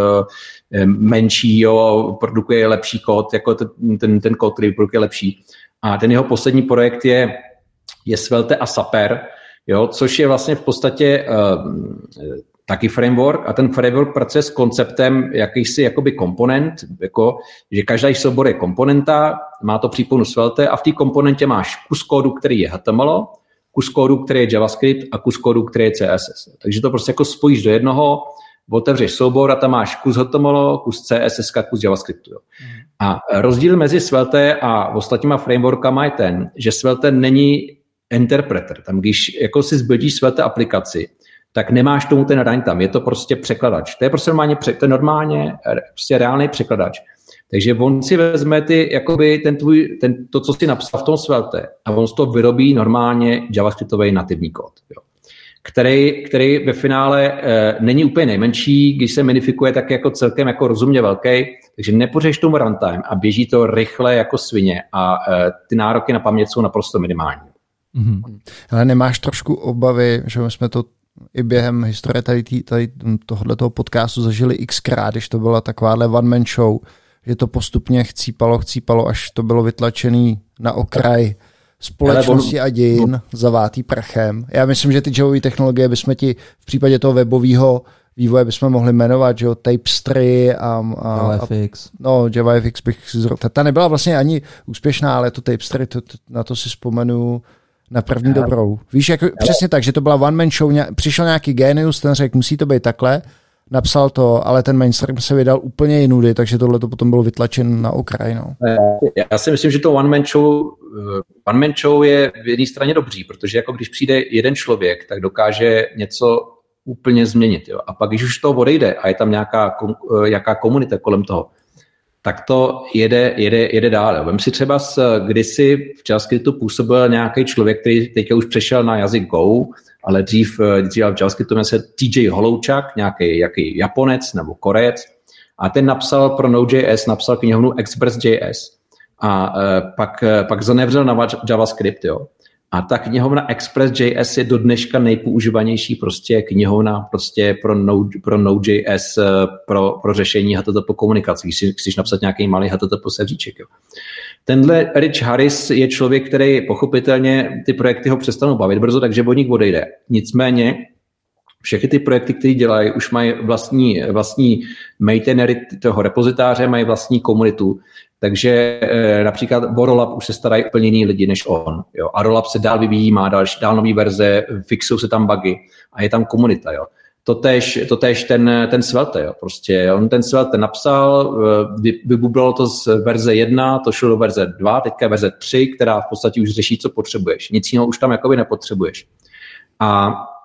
menší, jo, produkuje lepší kód, jako ten, ten, ten kód, který produkuje lepší. A ten jeho poslední projekt je, je Svelte a Sapper, jo, což je vlastně v podstatě uh, taky framework a ten framework pracuje s konceptem jakýsi jakoby komponent, jako, že každý soubor je komponenta, má to příponu Svelte a v té komponentě máš kus kódu, který je H T M L, kus kódu, který je JavaScript a kus kódu, který je C S S. Takže to prostě jako spojíš do jednoho, otevřeš soubor a tam máš kus H T M L, kus C S S, kus JavaScriptu. Jo. A rozdíl mezi Svelte a ostatníma frameworkama je ten, že Svelte není interpreter. Tam, když jako si zbydíš Svelte aplikaci, tak nemáš tomu ten runtime, je to prostě překladač. To je prostě normálně, to je normálně prostě reálný překladač. Takže on si vezme ty, jakoby ten tvůj, ten, to, co si napsal v tom Svelte a on z toho vyrobí normálně JavaScriptový nativní kód, jo. Který, který ve finále e, není úplně nejmenší, když se minifikuje, tak jako celkem jako rozumně velký, takže nepořeš tomu runtime a běží to rychle jako svině a e, ty nároky na paměť jsou naprosto minimální. Mm-hmm. Ale nemáš trošku obavy, že my jsme to i během historie tady, tady tohoto podcastu zažili xkrát, když to byla takováhle one-man show, že to postupně chcípalo, chcípalo, až to bylo vytlačený na okraj společnosti a dějin, zavátý prachem. Já myslím, že ty javové technologie bychom ti v případě toho webového vývoje bychom mohli jmenovat, že jo, Tapestry a, a, JavaFX. No, JavaFX bych ta, ta nebyla vlastně ani úspěšná, ale to Tapestry, to, to, na to si vzpomenu na první já. Dobrou. Víš, jako, přesně tak, že to byla one man show, ně, přišel nějaký genius, ten řekl, musí to být takhle, napsal to, ale ten mainstream se vydal úplně jinudy, takže tohle to potom bylo vytlačen na okraj. No. Já si myslím, že to one man show, one man show je v jedné straně dobrý, protože jako když přijde jeden člověk, tak dokáže něco úplně změnit. Jo? A pak, když už to odejde a je tam nějaká, nějaká komunita kolem toho, tak to jede, jede, jede dál. Vem si třeba, s, kdysi v JavaScriptu působil nějaký člověk, který teďka už přešel na jazyk Go, ale dřív, dřív v JavaScriptu se T J Holoučak, nějaký, nějaký Japonec nebo Korejec, a ten napsal pro Node.js, napsal knihovnu Express.js a e, pak, pak zanevřel na JavaScript, jo. A ta knihovna Express.js je do dneška nejpoužívanější prostě knihovna prostě pro, Node, pro Node.js, pro, pro řešení H T T P komunikací, když si chceš napsat nějaký malý H T T P servíček. Jo. Tenhle Rich Harris je člověk, který pochopitelně ty projekty ho přestanou bavit brzo, takže od nich odejde. Nicméně všechny ty projekty, které dělají, už mají vlastní, vlastní maintainery toho repozitáře, mají vlastní komunitu. Takže e, například o Rollup už se starají úplně jiný lidi než on. Jo. A Rollup se dál vyvíjí, má další, dál nový verze, fixují se tam bugy a je tam komunita. Jo. Totéž, totéž ten, ten Svelte. Jo. Prostě on ten Svelte napsal, vy, vybublalo to z verze jedna, to šlo do verze dva, teďka verze tři, která v podstatě už řeší, co potřebuješ. Nic jiného už tam jakoby nepotřebuješ. A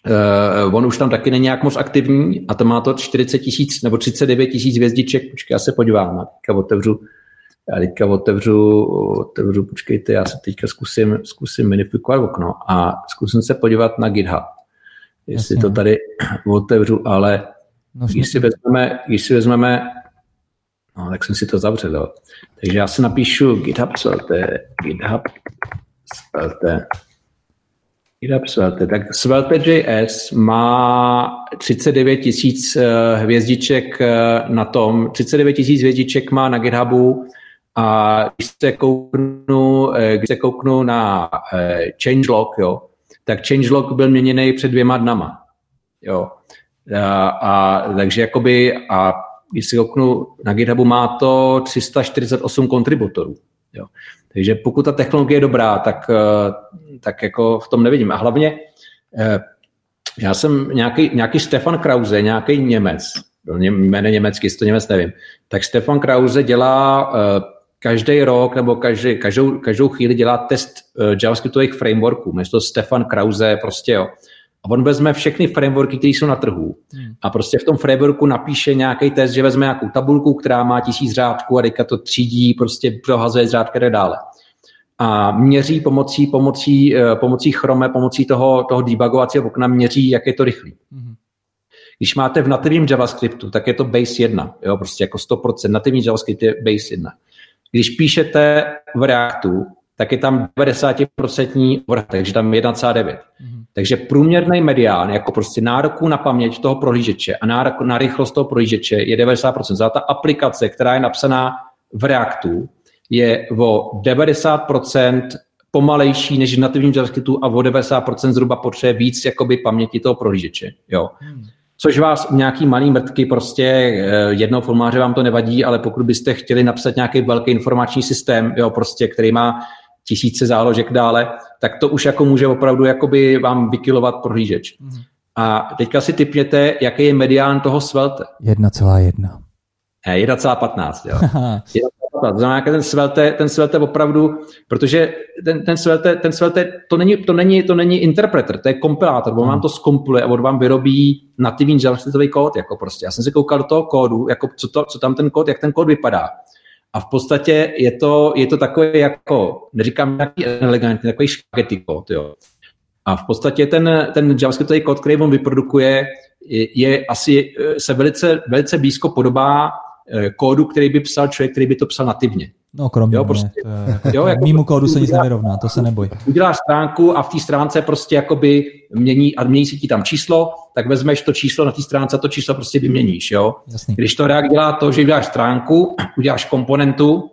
Uh, on už tam taky není nějak moc aktivní a to má to čtyřicet tisíc nebo třicet devět tisíc hvězdiček. Počkej, já se podívám. Já teďka otevřu, já teďka otevřu, otevřu, počkejte, já se teďka zkusím, zkusím minifikovat okno a zkusím se podívat na GitHub. Jestli Jasně. to tady otevřu, ale no, když, si vezmeme, když si vezmeme, no tak jsem si to zavřel. Takže já si napíšu GitHub Svelte, GitHub Svelte, GitHub Svelte. Tak Svelte.js má třicet devět tisíc hvězdiček na tom, třicet devět tisíc hvězdiček má na GitHubu a když se kouknu, když se kouknu na changelog, jo, tak changelog byl měněný před dvěma dnama. Jo. A, a takže jakoby, a když si kouknu na GitHubu, má to tři sta čtyřicet osm kontributorů. Jo. Takže pokud ta technologie je dobrá, tak, tak jako v tom nevidím. A hlavně já jsem nějaký, nějaký Stefan Krause, nějaký Němec, jméno německý, jestli to Němec nevím, tak Stefan Krause dělá každý rok nebo každý, každou, každou chvíli dělá test javascriptových frameworků. Jmenuje to Stefan Krause, prostě jo. A on vezme všechny frameworky, které jsou na trhu hmm. a prostě v tom frameworku napíše nějaký test, že vezme nějakou tabulku, která má tisíc řádků a teďka to třídí, prostě prohazuje z řádka a tak dále. A měří pomocí, pomocí, pomocí Chrome, pomocí toho, toho debugovacího okna měří, jak je to rychlý. Hmm. Když máte v nativním JavaScriptu, tak je to base jedna, jo, prostě jako sto procent nativní JavaScript je base jedna. Když píšete v Reactu, tak je tam devadesát procent vrch, takže tam jedna celá devět. Mm-hmm. Takže průměrný medián, jako prostě nároků na paměť toho prohlížeče a nárok na rychlost toho prohlížeče je devadesát procent. Za ta aplikace, která je napsaná v Reactu, je o devadesát procent pomalejší než v nativním JavaScriptu a o devadesát procent zhruba potřebuje víc jakoby paměti toho prohlížeče. Jo. Mm. Což vás nějaký malý mrtky, prostě jednoho formuláře vám to nevadí, ale pokud byste chtěli napsat nějaký velký informační systém, jo, prostě, který má tisíce záložek dále, tak to už jako může opravdu jakoby vám vykilovat prohlížeč. Mm. A teďka si tipněte, jaký je medián toho Svelte. jedna celá jedna. Ne, jedna celá patnáct, jo. To znamená, ten Svelte, ten Svelte opravdu, protože ten, ten Svelte, ten Svelte to, není, to, není, to není interpreter, to je kompilátor, on vám to zkompiluje a on vám vyrobí nativní JavaScriptový kód, jako prostě. Já jsem se koukal do toho kódu, jako co, to, co tam ten kód, jak ten kód vypadá. A v podstatě je to, je to takový jako, neříkám nějaký elegantní, takový špagety kód, jo. A v podstatě ten, ten JavaScriptový kód, který on vyprodukuje, je, je asi se velice, velice blízko podobá kódu, který by psal člověk, který by to psal nativně. No kromě jo, prostě, mě, to je, jako, jo, jako, mýmu kódu se nic nevyrovná, to se neboj. Uděláš stránku a v té stránce prostě jakoby mění, a mění si ti tam číslo, tak vezmeš to číslo na té stránce a to číslo prostě vyměníš. Jo? Když to React dělá to, že uděláš stránku, uděláš komponentu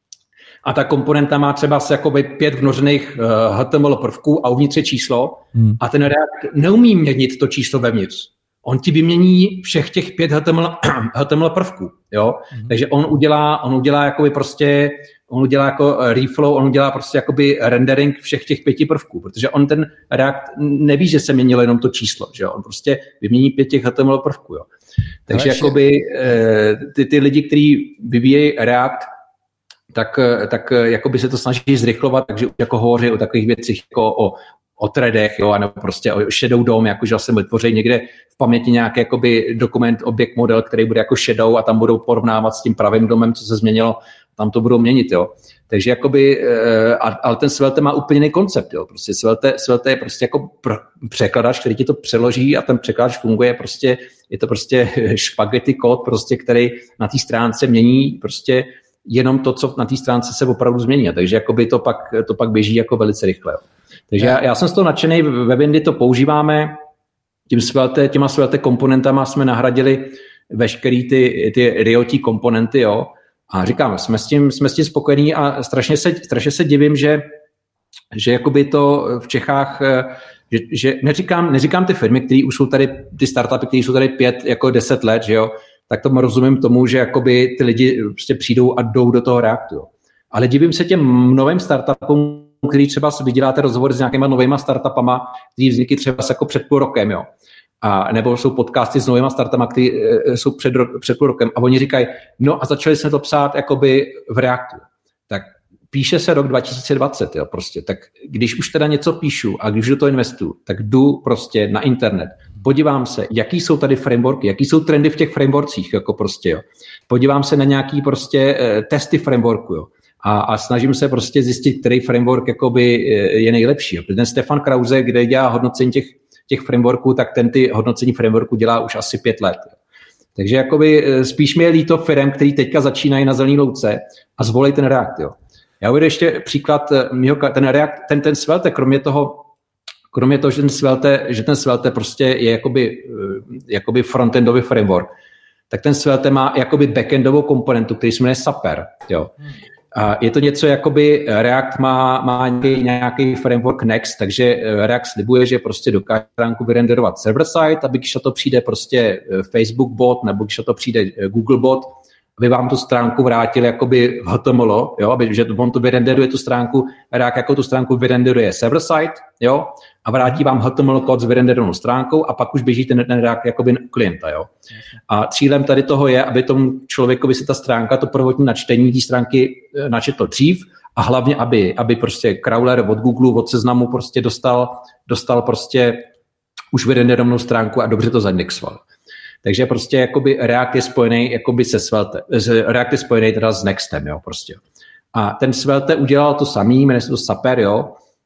a ta komponenta má třeba jakoby pět vnořených uh, H T M L prvků a uvnitř je číslo hmm. a ten React neumí měnit to číslo vevnitř. On ti vymění všech těch pět H T M L, H T M L prvků, jo? Mm-hmm. Takže on udělá, on udělá jakoby prostě, on udělá jako reflow, on udělá prostě jakoby rendering všech těch pěti prvků, protože on ten React neví, že se měnilo jenom to číslo, že jo? On prostě vymění pět těch H T M L prvků, jo? Takže no, jakoby ty, ty lidi, kteří vyvíjejí React, tak, tak jakoby se to snaží zrychlovat, takže jako hovoří o takových věcích jako o o threadech, jo, nebo prostě o shadow dom, jakože jsem vytvoří někde v paměti nějaký jakoby dokument, objekt, model, který bude jako shadow a tam budou porovnávat s tím pravým domem, co se změnilo, tam to budou měnit, jo. Takže jakoby, ale ten Svelte má úplně jiný koncept, jo. Prostě Svelte, Svelte je prostě jako pr- překladač, který ti to přeloží a ten překladač funguje prostě, je to prostě špagety kód, prostě, který na té stránce mění prostě jenom to, co na té stránce se opravdu změní. Takže jakoby to pak, to pak běží jako velice rychle, jo. Takže já, já jsem z toho nadšený, ve Windy to používáme, tím Svelte, těma Svelte komponentama jsme nahradili veškerý ty, ty Riotí komponenty, jo. A říkám, jsme s tím, jsme s tím spokojení a strašně se, strašně se divím, že, že jakoby to v Čechách, že, že neříkám, neříkám ty firmy, které už jsou tady, ty startupy, které jsou tady pět, jako deset let, že jo, tak to rozumím tomu, že jakoby ty lidi prostě přijdou a jdou do toho Reactu, jo. Ale divím se těm novým startupům, který třeba vy děláte rozhovory s nějakýma novýma startupama, který vznikly třeba jako před půl rokem, jo. A nebo jsou podcasty s novýma startupama, který jsou před, před půl rokem a oni říkají, no a začali jsme to psát jakoby v Reactu. Tak píše se rok dva tisíce dvacet, jo, prostě, tak když už teda něco píšu a když do toho investuju, tak jdu prostě na internet, podívám se, jaký jsou tady frameworky, jaký jsou trendy v těch frameworkcích, jako prostě, jo. Podívám se na nějaký prostě eh, testy frameworku, jo. A, a snažím se prostě zjistit, který framework jakoby je nejlepší. Jo. Ten Stefan Krause, kde dělá hodnocení těch, těch frameworků, tak ten ty hodnocení frameworku dělá už asi pět let. Jo. Takže jakoby spíš mi je líto firem, který teďka začínají na zelený louce a zvolej ten React. Jo. Já uvedu ještě příklad, ten React, ten, ten Svelte, kromě toho, kromě toho, že ten Svelte, že ten Svelte prostě je jakoby, jakoby frontendový framework, tak ten Svelte má jakoby backendovou komponentu, který se jmenuje Sapper. Jo. A je to něco, jakoby React má, má nějaký, nějaký framework Next, takže React slibuje, že prostě dokáže stránku vyrenderovat server-side, aby když to přijde prostě Facebook bot, nebo když to přijde Google bot, aby vám tu stránku vrátil jakoby v H T M L, jo, aby, že on to vyrenderuje tu stránku, React jako tu stránku vyrenderuje server-side, jo, a vrátí vám H T M L kód s vyrenderovanou stránkou a pak už běží ten, ten React jakoby klienta, jo. A cílem tady toho je, aby tomu člověkovi se ta stránka, to prvotní načtení té stránky načetl dřív a hlavně, aby, aby prostě crawler od Google, od Seznamu prostě dostal, dostal prostě už vyrenderovanou stránku a dobře to zaindexoval. Takže prostě jakoby React je spojený jakoby se Svelte. React je spojený teda s Nextem, jo, prostě. A ten Svelte udělal to samý, jmenuje se to Sapper, jo.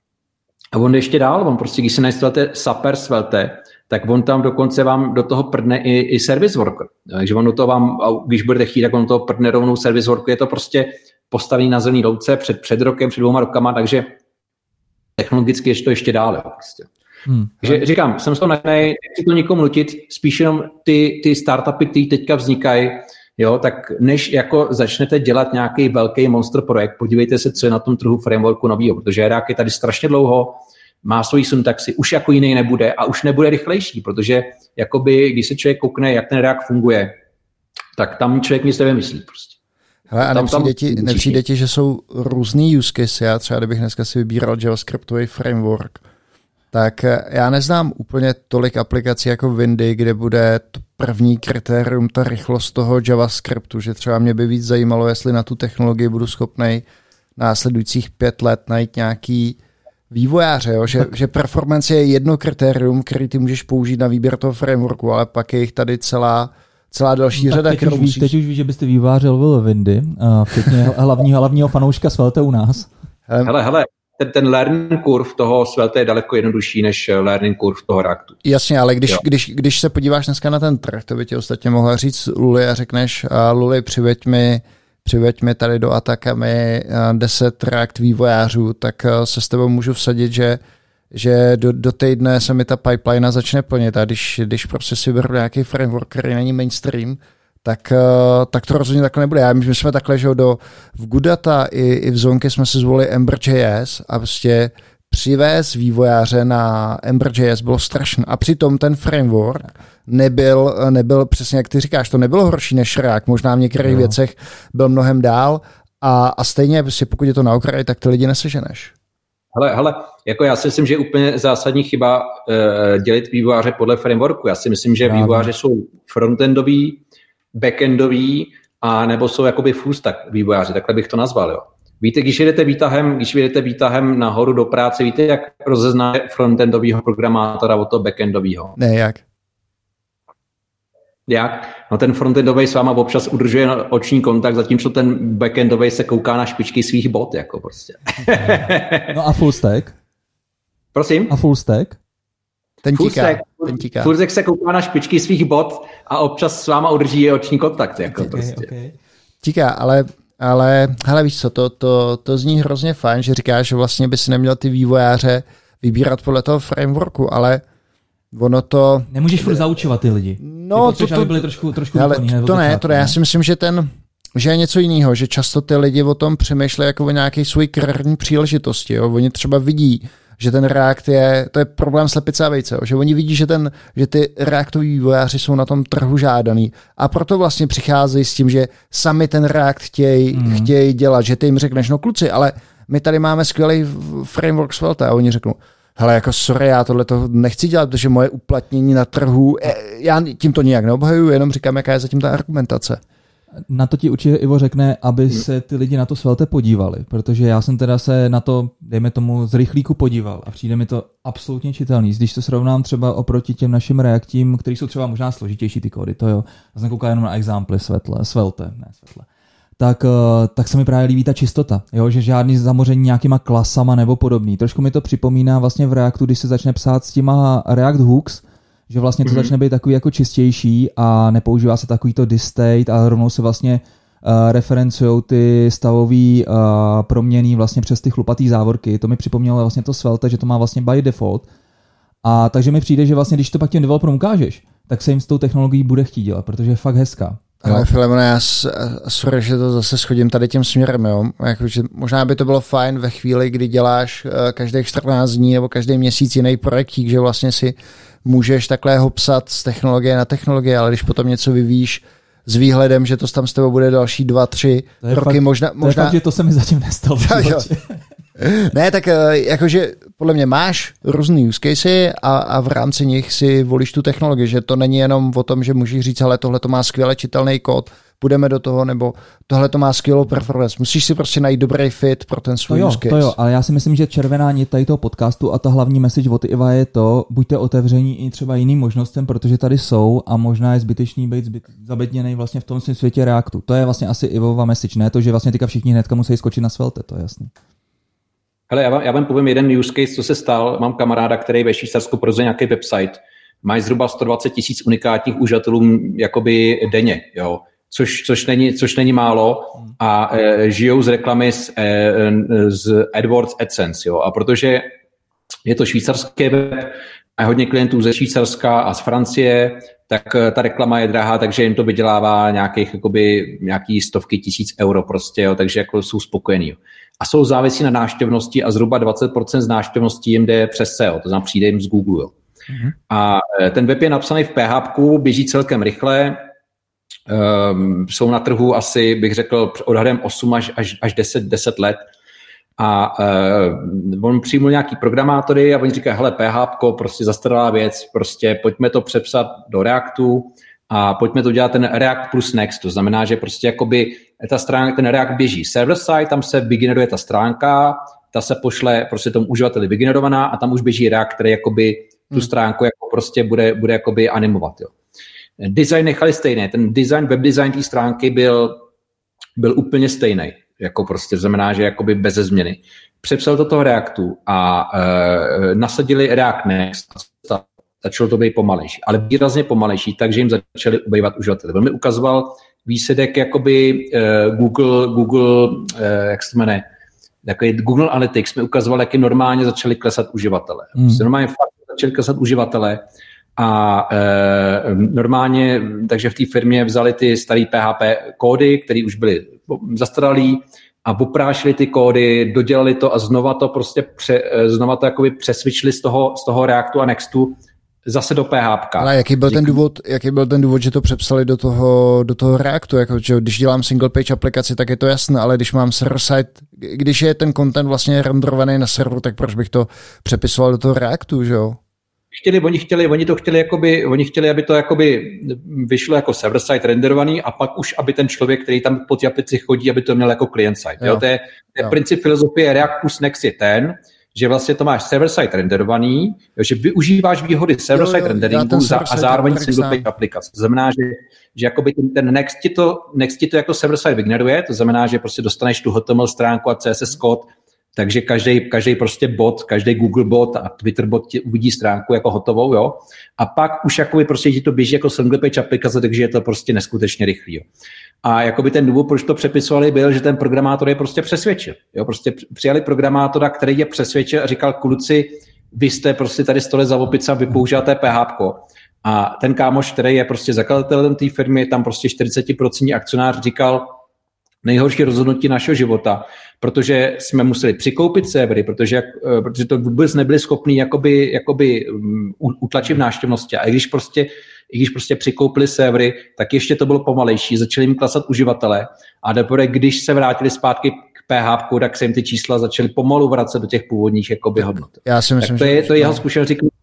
A on ještě dál, on prostě, když se nainstalujete Sapper Svelte, tak on tam dokonce vám do toho prdne i, i service worker. Takže on do toho vám, když budete chtít, tak on do toho prdne rovnou service worker. Je to prostě postavený na zelený louce před, před rokem, před dvouma rokama, takže technologicky je to ještě dál, jo, prostě. Hmm. Takže říkám, jsem z toho nadšenej, nechci to nikomu nutit, spíš jenom ty, ty startupy, které teďka vznikají, jo, tak než jako začnete dělat nějaký velký monster projekt, podívejte se, co je na tom trhu frameworku novýho, protože React je tady strašně dlouho, má svoji syntaxi, už jako jiný nebude a už nebude rychlejší, protože jakoby, když se člověk koukne, jak ten React funguje, tak tam člověk nic nevymyslí prostě. Hele, a nepřijde ti, nepřijde ti, že jsou různý use case, já třeba kdybych dneska si vybíral JavaScriptový framework, tak já neznám úplně tolik aplikací jako Windy, kde bude to první kritérium ta rychlost toho JavaScriptu, že třeba mě by víc zajímalo, jestli na tu technologii budu schopnej následujících pět let najít nějaký vývojáře, jo? Že, že performance je jedno kritérium, který ty můžeš použít na výběr toho frameworku, ale pak je jich tady celá, celá další no, řada. Teď, už musíš... teď už víš, že byste vývojáři lovil Windy, včetně hlavního, hlavního fanouška Svelte u nás. Hele, hele. Ten, ten learning curve toho Svelte je daleko jednodušší než learning curve toho Reactu. Jasně, ale když, když, když se podíváš dneska na ten trh, to by ti ostatně mohla říct Luli a řekneš, Luli, přiveď mi, přiveď mi tady do Atacamy deset React vývojářů, tak se s tebou můžu vsadit, že, že do, do týdne se mi ta pipeline začne plnit a když, když prostě si vyberu nějaký framework, který není mainstream, tak, tak to rozhodně takhle nebude. Já my jsme takhle, že do, v Goodata i, i v Zonky jsme si zvolili Ember.js a prostě přivést vývojáře na Ember.js bylo strašné. A přitom ten framework nebyl, nebyl přesně jak ty říkáš, to nebylo horší než React, možná v některých no. věcech byl mnohem dál a, a stejně prostě pokud je to na okraji, tak ty lidi neseženeš. Hele, hele, jako já si myslím, že je úplně zásadní chyba uh, dělit vývojáře podle frameworku. Já si myslím, že vývojáři jsou frontendoví, backendový a nebo jsou jakoby full stack vývojáři, takhle bych to nazval, jo. Víte, když jedete výtahem, když jedete výtahem nahoru do práce, víte, jak rozeznáte frontendovýho programátora od toho backendovýho? Ne, jak? Jak? No ten frontendový s váma občas udržuje oční kontakt, zatímco ten backendový se kouká na špičky svých bot, jako prostě. No a full stack? Prosím? A full stack? Ten tíká. Ten tíká. Full stack se kouká na špičky svých bot a občas s váma udrží oční kontakt, jako okay, prostě. Okay. Tíká, ale Ale hele, víš co, to, to, to zní hrozně fajn, že říkáš, že vlastně by si neměl ty vývojáře vybírat podle toho frameworku, ale ono to... Nemůžeš furt zaučovat ty lidi. No, ty to, to, aby byli trošku, trošku hele, to, to ne, to ne, já si myslím, že ten, že je něco jiného, že často ty lidi o tom přemýšlejí jako o nějaké svojí kariérní příležitosti, jo? Oni třeba vidí, že ten React je, to je problém slepice a vejce, že oni vidí, že, ten, že ty Reactoví vývojáři jsou na tom trhu žádaný a proto vlastně přicházejí s tím, že sami ten React chtějí mm. chtěj dělat, že ty jim řekneš, no kluci, ale my tady máme skvělý framework Svelte a oni řeknou, hele, jako sorry, já tohle to nechci dělat, protože moje uplatnění na trhu, já tím to nijak neobhajuju, jenom říkám, jaká je zatím ta argumentace. Na to ti určitě Ivo řekne, aby se ty lidi na to Svelte podívali, protože já jsem teda se na to, dejme tomu, z rychlíku podíval a přijde mi to absolutně čitelný. Když to srovnám třeba oproti těm našim reaktím, který jsou třeba možná složitější ty kódy, to jo, já jsem koukal jenom na examply Svetle, Svelte, ne Svetle. Tak, tak se mi právě líbí ta čistota, jo? Že žádný zamoření nějakýma klasama nebo podobný. Trošku mi to připomíná vlastně v Reactu, když se začne psát s těma React hooks, že vlastně to mm-hmm. začne být takový jako čistější a nepoužívá se takový to disstate a rovnou se vlastně uh, referencujou ty stavový uh, proměny vlastně přes ty chlupatý závorky. To mi připomnělo vlastně to Svelte, že to má vlastně by default. A takže mi přijde, že vlastně když to pak těm developerům ukážeš, tak se jim s tou technologií bude chtít dělat, protože je fakt hezká. Ale Filemone, já sorry, že to zase schodím tady tím směrem, jo. Jakože možná by to bylo fajn ve chvíli, kdy děláš uh, každých čtrnáct dní nebo každý měsíc jiný projektík, že vlastně si můžeš takhle ho psat z technologie na technologie, ale když potom něco vyvíjíš s výhledem, že to tam s tebou bude další dva, tři roky, fakt, možná... To je fakt, že to se mi zatím nestalo. Ne, tak jakože podle mě máš různý use casey a, a v rámci nich si volíš tu technologii, že to není jenom o tom, že můžeš říct, ale tohle to má skvěle čitelný kód, půjdeme do toho, nebo tohle to má skvělou performance. Musíš si prostě najít dobrý fit pro ten svůj to use case. To jo, ale já si myslím, že červená nit tady toho podcastu a ta hlavní message od Iva je to, buďte otevření i třeba jiným možnostem, protože tady jsou a možná je zbytečný být zbyt, zabedněný vlastně v tom světě Reactu. To je vlastně asi Ivova message, ne to, že vlastně teďka všichni hnedka musí skočit na Svelte, to je jasný. Hele, já vám, já vám povím jeden use case, co se stal. Mám kamaráda, který ve Švýcarsku provozuje nějaký website. Mají zhruba sto dvacet tisíc unikátních uživatelů jakoby denně, jo. Což, což, není, což není málo a e, žijou z reklamy z, e, z AdWords, AdSense, jo. A protože je to švýcarský web a hodně klientů ze Švýcarska a z Francie, tak ta reklama je drahá, takže jim to vydělává nějakých, jakoby, nějaký stovky tisíc euro prostě, jo, takže jako jsou spokojení. Jo. A jsou závisí na návštěvnosti a zhruba dvacet procent z návštěvností jim jde přes S E O, to znamená přijde jim z Google. Jo. Mm-hmm. A ten web je napsaný v P H P, běží celkem rychle, um, jsou na trhu asi, bych řekl, odhadem osm až, až, až deset, deset let. A uh, on přijmul nějaký programátory a oni říkají, hele, P H P, prostě zastaralá věc, prostě pojďme to přepsat do Reactu a pojďme to dělat ten React plus Next, to znamená, že prostě jakoby ta stránka, ten React běží server side, tam se vygeneruje ta stránka, ta se pošle prostě tomu uživateli vygenerovaná a tam už běží React, který jakoby tu stránku jako prostě bude, bude jakoby animovat, jo. Design nechali stejný, ten design, web design té stránky byl, byl úplně stejný. Jako prostě znamená, že jakoby beze změny. Přepsal to toho Reactu a e, nasadili React Next. Začalo to být pomalejší, ale výrazně pomalejší, takže jim začali ubývat uživatelé. On mi ukazoval výsledek jakoby e, Google, Google e, jak se to jmenuje, takový Google Analytics mi ukazoval, jak normálně začali klesat uživatelé. Hmm. Prostě normálně fakt začali klesat uživatelé a e, normálně, takže v té firmě vzali ty starý P H P kódy, které už byly zastaralý a oprášili ty kódy, dodělali to a znova to prostě pře, znova to jakoby přesvičili z toho, z toho Reactu a Nextu zase do P H P. Ale jaký byl ten důvod, jaký byl ten důvod, že to přepsali do toho, do toho Reactu? Jako, že když dělám single page aplikaci, tak je to jasné, ale když mám server side, když je ten content vlastně renderovaný na serveru, tak proč bych to přepisoval do toho Reactu, že jo? Chtěli, oni chtěli, oni to chtěli, jakoby, oni chtěli, aby to jakoby vyšlo jako server side renderovaný a pak už, aby ten člověk, který tam po té aplici chodí, aby to měl jako client side. Jo. Jo? To je, to je princip filozofie React plus Next je ten, že vlastně to máš server side renderovaný, jo, že využíváš výhody server side renderingu za, a zároveň single page aplikace. To znamená, že, že jakoby ten, ten Next, ti to, Next ti to jako server side vygeneruje, to znamená, že prostě dostaneš tu H T M L stránku a C S S kód, takže každý, každý prostě bot, každý Google bot a Twitter bot ti uvidí stránku jako hotovou, jo. A pak už jakoby prostě ti to běží jako single page aplikace, takže je to prostě neskutečně rychlý, jo. A jakoby ten důvod, proč to přepisovali, byl, že ten programátor je prostě přesvědčil, jo. Prostě přijali programátora, který je přesvědčil a říkal, kluci, vy jste prostě tady stole za opice a vy používáte P H P. A ten kámoš, který je prostě zakladatelem té firmy, tam prostě čtyřicet procent akcionář říkal, nejhorší rozhodnutí našeho života, protože jsme museli přikoupit servery, protože, protože to vůbec nebyli schopní jakoby, jakoby utlačit v návštěvnosti. A i když prostě, i když prostě přikoupili servery, tak ještě to bylo pomalejší, začali jim klesat uživatelé a teprve když se vrátili zpátky k P H P, tak se jim ty čísla začaly pomalu vracet do těch původních jakoby hodnot. Já si myslím, tak to je, že... to je jeho zkušenost.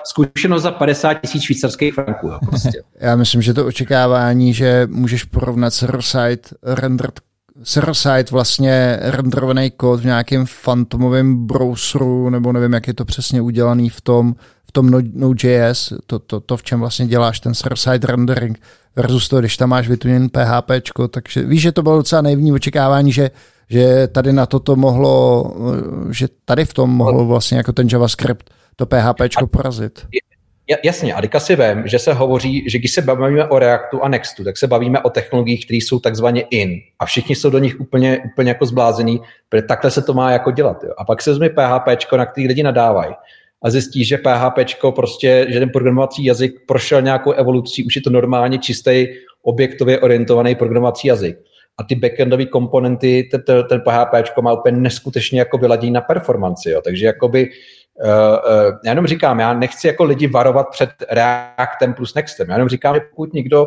zkušenost za padesát tisíc švýcarských franků. Jo, prostě. Já myslím, že to očekávání, že můžeš porovnat server-side rendered server-side vlastně renderovaný kód v nějakém fantomovém browseru, nebo nevím, jak je to přesně udělaný v tom, v tom Node.js, to, to, to, v čem vlastně děláš ten server-side rendering, versus to, když tam máš vytuněný PHPčko, takže víš, že to bylo docela naivní očekávání, že, že tady na toto mohlo, že tady v tom mohlo vlastně jako ten JavaScript to PHPčko porazit. Jasně, a teďka si vem, že se hovoří, že když se bavíme o Reactu a Nextu, tak se bavíme o technologiích, které jsou takzvaně in a všichni jsou do nich úplně, úplně jako zblázení, protože takhle se to má jako dělat. Jo. A pak se vezme PHPčko, na který lidi nadávají a zjistí, že PHPčko prostě, že ten programovací jazyk prošel nějakou evolucí, už je to normálně čistý objektově orientovaný programovací jazyk. A ty backendové komponenty, ten, ten PHPčko má úplně neskutečně jako vyladění na performanci. Jo. Takže jakoby Uh, uh, já jenom říkám, já nechci jako lidi varovat před Reactem plus Nextem. Já jenom říkám, že pokud někdo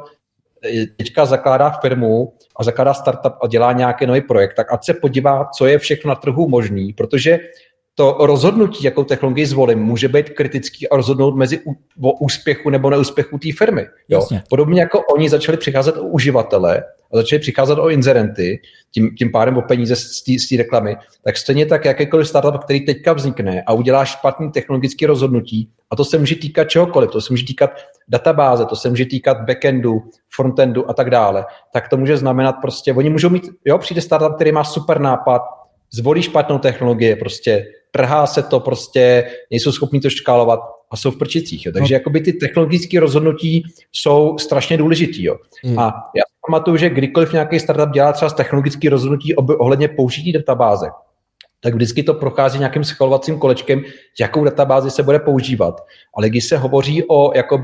teďka zakládá firmu a zakládá startup a dělá nějaký nový projekt, tak ať se podívá, co je všechno na trhu možný, protože to rozhodnutí, jakou technologii zvolím, může být kritický a rozhodnout mezi o úspěchu nebo neúspěchu té firmy. Jo? Podobně jako oni začali přicházet o uživatele a začali přicházet o inzerenty, tím, tím pádem o peníze z té reklamy, tak stejně tak jakýkoliv startup, který teďka vznikne a udělá špatný technologické rozhodnutí, a to se může týkat čehokoliv, to se může týkat databáze, to se může týkat backendu, frontendu a tak dále, tak to může znamenat prostě, oni můžou mít, jo, přijde startup, který má super nápad, zvolí špatnou technologii, prostě trhá se to, prostě nejsou schopní to škálovat a jsou v prčicích. Jo. Takže no. jakoby ty technologické rozhodnutí jsou strašně důležitý. Jo. Mm. A já si pamatuju, že kdykoliv nějaký startup dělá třeba technologické rozhodnutí ohledně použití databáze, tak vždycky to prochází nějakým schvalovacím kolečkem, jakou databázi se bude používat. Ale když se hovoří o jakoby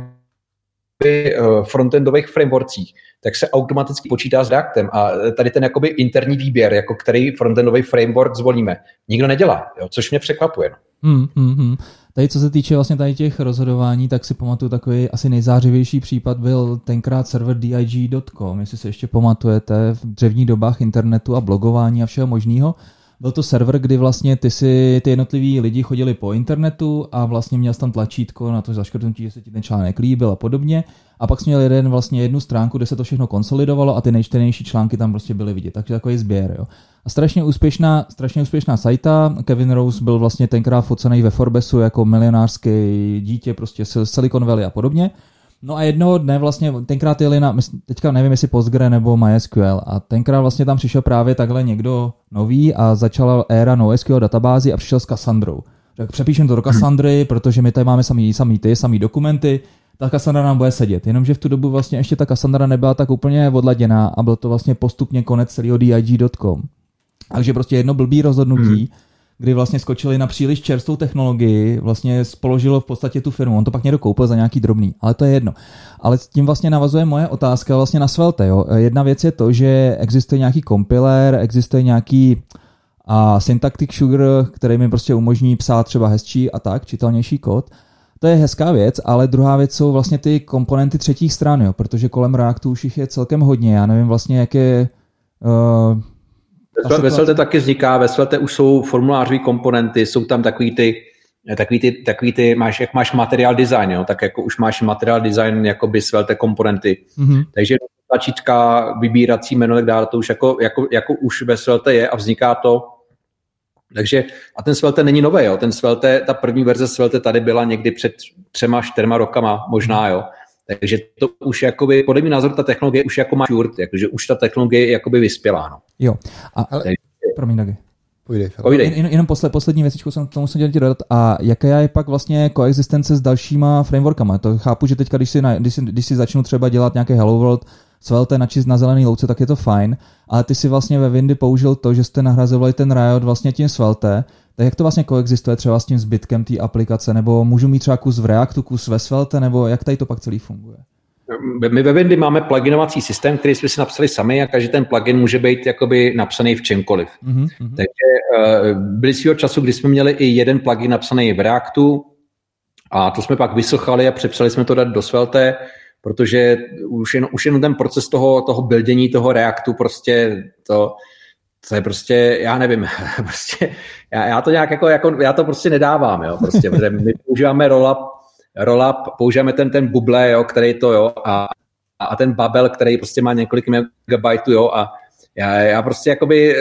frontendových frameworkcích, tak se automaticky počítá s Reactem a tady ten jakoby interní výběr, jako který frontendový framework zvolíme, nikdo nedělá, jo, což mě překvapuje. Hmm, hmm, hmm. Tady co se týče vlastně tady těch rozhodování, tak si pamatuju takový asi nejzářivější případ byl tenkrát server D I G tečka com, jestli se ještě pamatujete, v dřevních dobách internetu a blogování a všeho možného. Byl to server, kdy vlastně ty si, ty jednotliví lidi chodili po internetu a vlastně měl tam tlačítko na to zaškrtnutí, že se ti ten článek líbil a podobně. A pak jsi měl jeden, vlastně jednu stránku, kde se to všechno konsolidovalo a ty nejčtenější články tam prostě byly vidět. Takže takový sběr, jo. A strašně úspěšná, strašně úspěšná sajta. Kevin Rose byl vlastně tenkrát focený ve Forbesu jako milionářský dítě, prostě Silicon Valley a podobně. No a jednoho dne vlastně, tenkrát jeli na, teďka nevím, jestli Postgre nebo MySQL, a tenkrát vlastně tam přišel právě takhle někdo nový a začala éra NoSQL databázy a přišel s Cassandrou. Tak přepíšem to do Cassandry, protože my tady máme samý, samý ty, samý dokumenty, ta Cassandra nám bude sedět. Jenomže v tu dobu vlastně ještě ta Cassandra nebyla tak úplně odladěná a byl to vlastně postupně konec celého D I G tečka com. Takže prostě jedno blbý rozhodnutí, hmm. kdy vlastně skočili na příliš čerstvou technologii, vlastně spoložilo v podstatě tu firmu. On to pak někdo koupil za nějaký drobný, ale to je jedno. Ale s tím vlastně navazuje moje otázka vlastně na Svelte. Jo. Jedna věc je to, že existuje nějaký kompiler, existuje nějaký a syntactic sugar, který mi prostě umožní psát třeba hezčí a tak, čitelnější kód. To je hezká věc, ale druhá věc jsou vlastně ty komponenty třetích stran, jo, protože kolem Reactu už jich je celkem hodně. Já nevím vlastně, jak je... Uh, Ve Svelte taky vzniká, ve Svelte už jsou formulářové komponenty, jsou tam takový ty, takový ty, takový ty máš, jak máš materiál design, jo, tak jako už máš materiál design jakoby Svelte komponenty. Mm-hmm. Takže tlačítka, vybírací menu, tak dále, to už jako, jako, jako už ve Svelte je a vzniká to. Takže a ten Svelte není nový, jo, ten Svelte, ta první verze Svelte tady byla někdy před třema, čtyřma rokama, možná, jo. Takže to už jakoby, podle mě názor, ta technologie už jako má šurt, jakože už ta technologie je jakoby vyspělá, no. Jo. A, ale, takže, promiň, Dagi. Pojdej. Jen, jen, jenom posle, poslední věcičku jsem tomu musím dělat dodat. A jaká je pak vlastně koexistence s dalšíma frameworkama? To chápu, že teďka, když si, na, když si, když si začnu třeba dělat nějaké Hello World, Svelte načíst na zelený louce, tak je to fajn, ale ty si vlastně ve Windy použil to, že jste nahrazovali ten Riot vlastně tím Svelte. Tak jak to vlastně koexistuje třeba s tím zbytkem té aplikace, nebo můžu mít třeba kus v Reactu, kus ve Svelte, nebo jak tady to pak celý funguje? My ve Windy máme pluginovací systém, který jsme si napsali sami a každý ten plugin může být jakoby napsaný v čemkoliv. Mm-hmm. Takže uh, byli svýho času, kdy jsme měli i jeden plugin napsaný v Reactu a to jsme pak vysochali a přepsali jsme to dát do Svelte, protože už jen, už jen ten proces toho, toho buildění toho Reactu prostě to... To je prostě, já nevím, prostě, já, já to nějak jako, jako, já to prostě nedávám, jo, prostě, protože my používáme rollup rollup, používáme ten, ten buble, jo, který to, jo, a, a ten babel, který prostě má několik megabajtů, jo, a já, já prostě jakoby,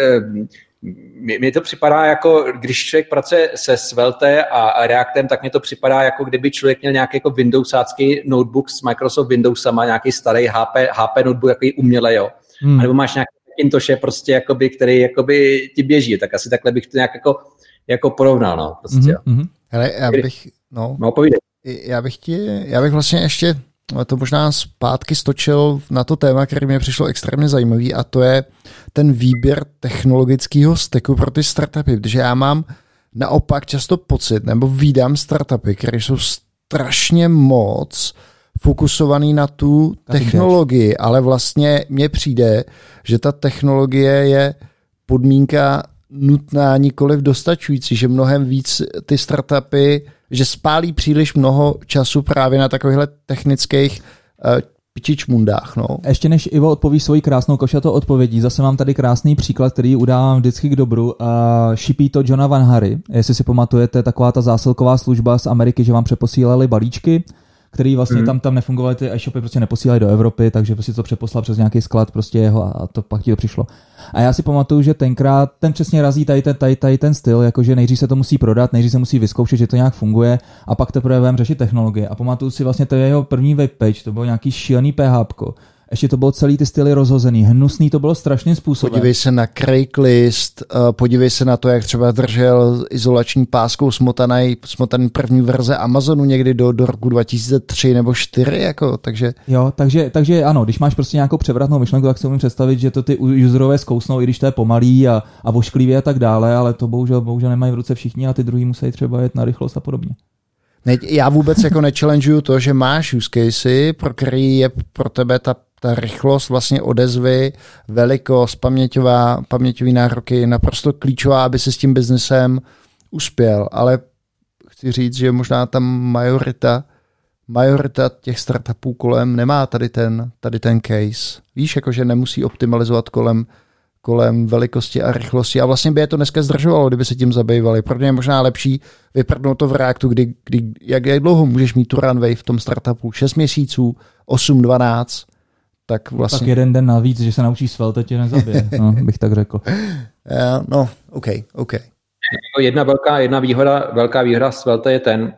mně to připadá jako, když člověk pracuje se Svelte a Reactem, tak mně to připadá jako kdyby člověk měl nějaký jako Windowsácký notebook s Microsoft Windowsama, nějaký starý H P, H P notebook, jaký umělej, jo. Hmm. A nebo máš nějaký Macintosh, prostě jakoby, který jakoby ti běží, tak asi takhle bych to nějak jako, jako porovnal, no, prostě. Mm-hmm. Hele, já bych, no, no povídej. Já bych ti, já bych vlastně ještě to možná zpátky stočil na to téma, který mě přišlo extrémně zajímavý, a to je ten výběr technologického stacku pro ty startupy, protože já mám naopak často pocit, nebo vídám startupy, které jsou strašně moc fokusovaný na tu technologii, ale vlastně mně přijde, že ta technologie je podmínka nutná, nikoliv dostačující, že mnohem víc ty startupy, že spálí příliš mnoho času právě na takovýchhle technických uh, pičičmundách. No. Ještě než Ivo odpoví svoji krásnou košatou odpovědí, zase mám tady krásný příklad, který udávám vždycky k dobru. Uh, šipí to Johna Van Harry. Jestli si pamatujete, taková ta zásilková služba z Ameriky, že vám přeposílali balíčky, který vlastně hmm. tam, tam nefungovaly, ty e-shopy prostě neposílají do Evropy, takže prostě to přeposlal přes nějaký sklad prostě jeho a to pak ti to přišlo. A já si pamatuju, že tenkrát ten přesně razí tady ten, tady, tady ten styl, jakože nejdřív se to musí prodat, nejdřív se musí vyzkoušet, že to nějak funguje a pak teprve budeme řešit technologie. A pamatuju si vlastně to jeho první webpage, to bylo nějaký šílený PHpko. Ještě to bylo celý ty styly rozhozený, hnusný to bylo strašným způsobem. Podívej se na Craigslist, podívej se na to, jak třeba držel izolační páskou smotaný, smotaný první verze Amazonu někdy do, do roku dva tisíce tři nebo čtyři, jako, takže... Jo, takže, takže ano, když máš prostě nějakou převratnou myšlenku, tak si umím představit, že to ty userové zkousnou, i když to je pomalý a, a vošklivě a tak dále, ale to bohužel, bohužel nemají v ruce všichni a ty druhý musí třeba jet na rychlost a podobně. Ne, já vůbec jako nechallenguju to, že máš use casey, pro který je pro tebe ta ta rychlost vlastně odezvy, velikost, paměťová, paměťový nároky naprosto klíčová, aby se s tím biznesem uspěl, ale chci říct, že možná ta majorita, majorita těch startupů kolem nemá tady ten, tady ten case. Víš, jakože nemusí optimalizovat kolem, kolem velikosti a rychlosti a vlastně by je to dneska zdržovalo, kdyby se tím zabývali. Pro mě je možná lepší vyprdnout to v Reactu, kdy, kdy jak, jak dlouho můžeš mít tu runway v tom startupu? šest měsíců, osm, dvanáct. Tak, vlastně... tak jeden den navíc, že se naučí Svelte, tě nezabije, no, bych tak řekl. Uh, no, OK, OK. Jedna velká, jedna výhoda, velká výhoda Svelte je ten,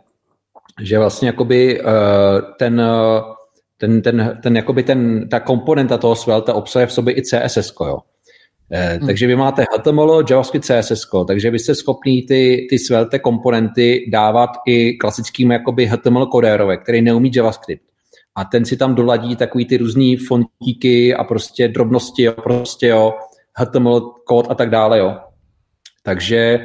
že vlastně jakoby uh, ten, uh, ten, ten, ten, jakoby ten, ta komponenta toho Svelte obsahuje v sobě i C S S ko, jo. Uh, hmm. Takže vy máte H T M L, JavaScript, C S S ko, takže vy jste schopní ty, ty Svelte komponenty dávat i klasickým jakoby H T M L kodérové, který neumí JavaScript. A ten si tam doladí takový ty různý fontíky a prostě drobnosti, jo, prostě jo, H T M L kód a tak dále, jo. Takže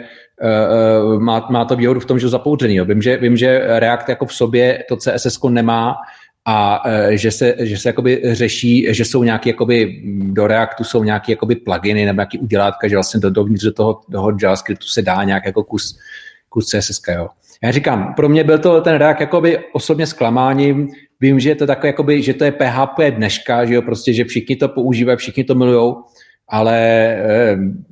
uh, má, má to výhodu v tom, že je zapouřený, jo. Vím, že, vím, že React jako v sobě to C S S ko nemá a uh, že se, že se jakoby řeší, že jsou nějaký jakoby, do Reactu jsou nějaký jakoby pluginy nebo nějaký udělátka, že vlastně do, dovnitř do toho, toho JavaScriptu se dá nějak jako kus, kus C S S ka, jo. Já říkám, pro mě byl to ten React jakoby osobně zklamáním. Vím, že je to takové, jakoby, že to je P H P dneška, že jo, prostě, že všichni to používají, všichni to milujou, ale eh,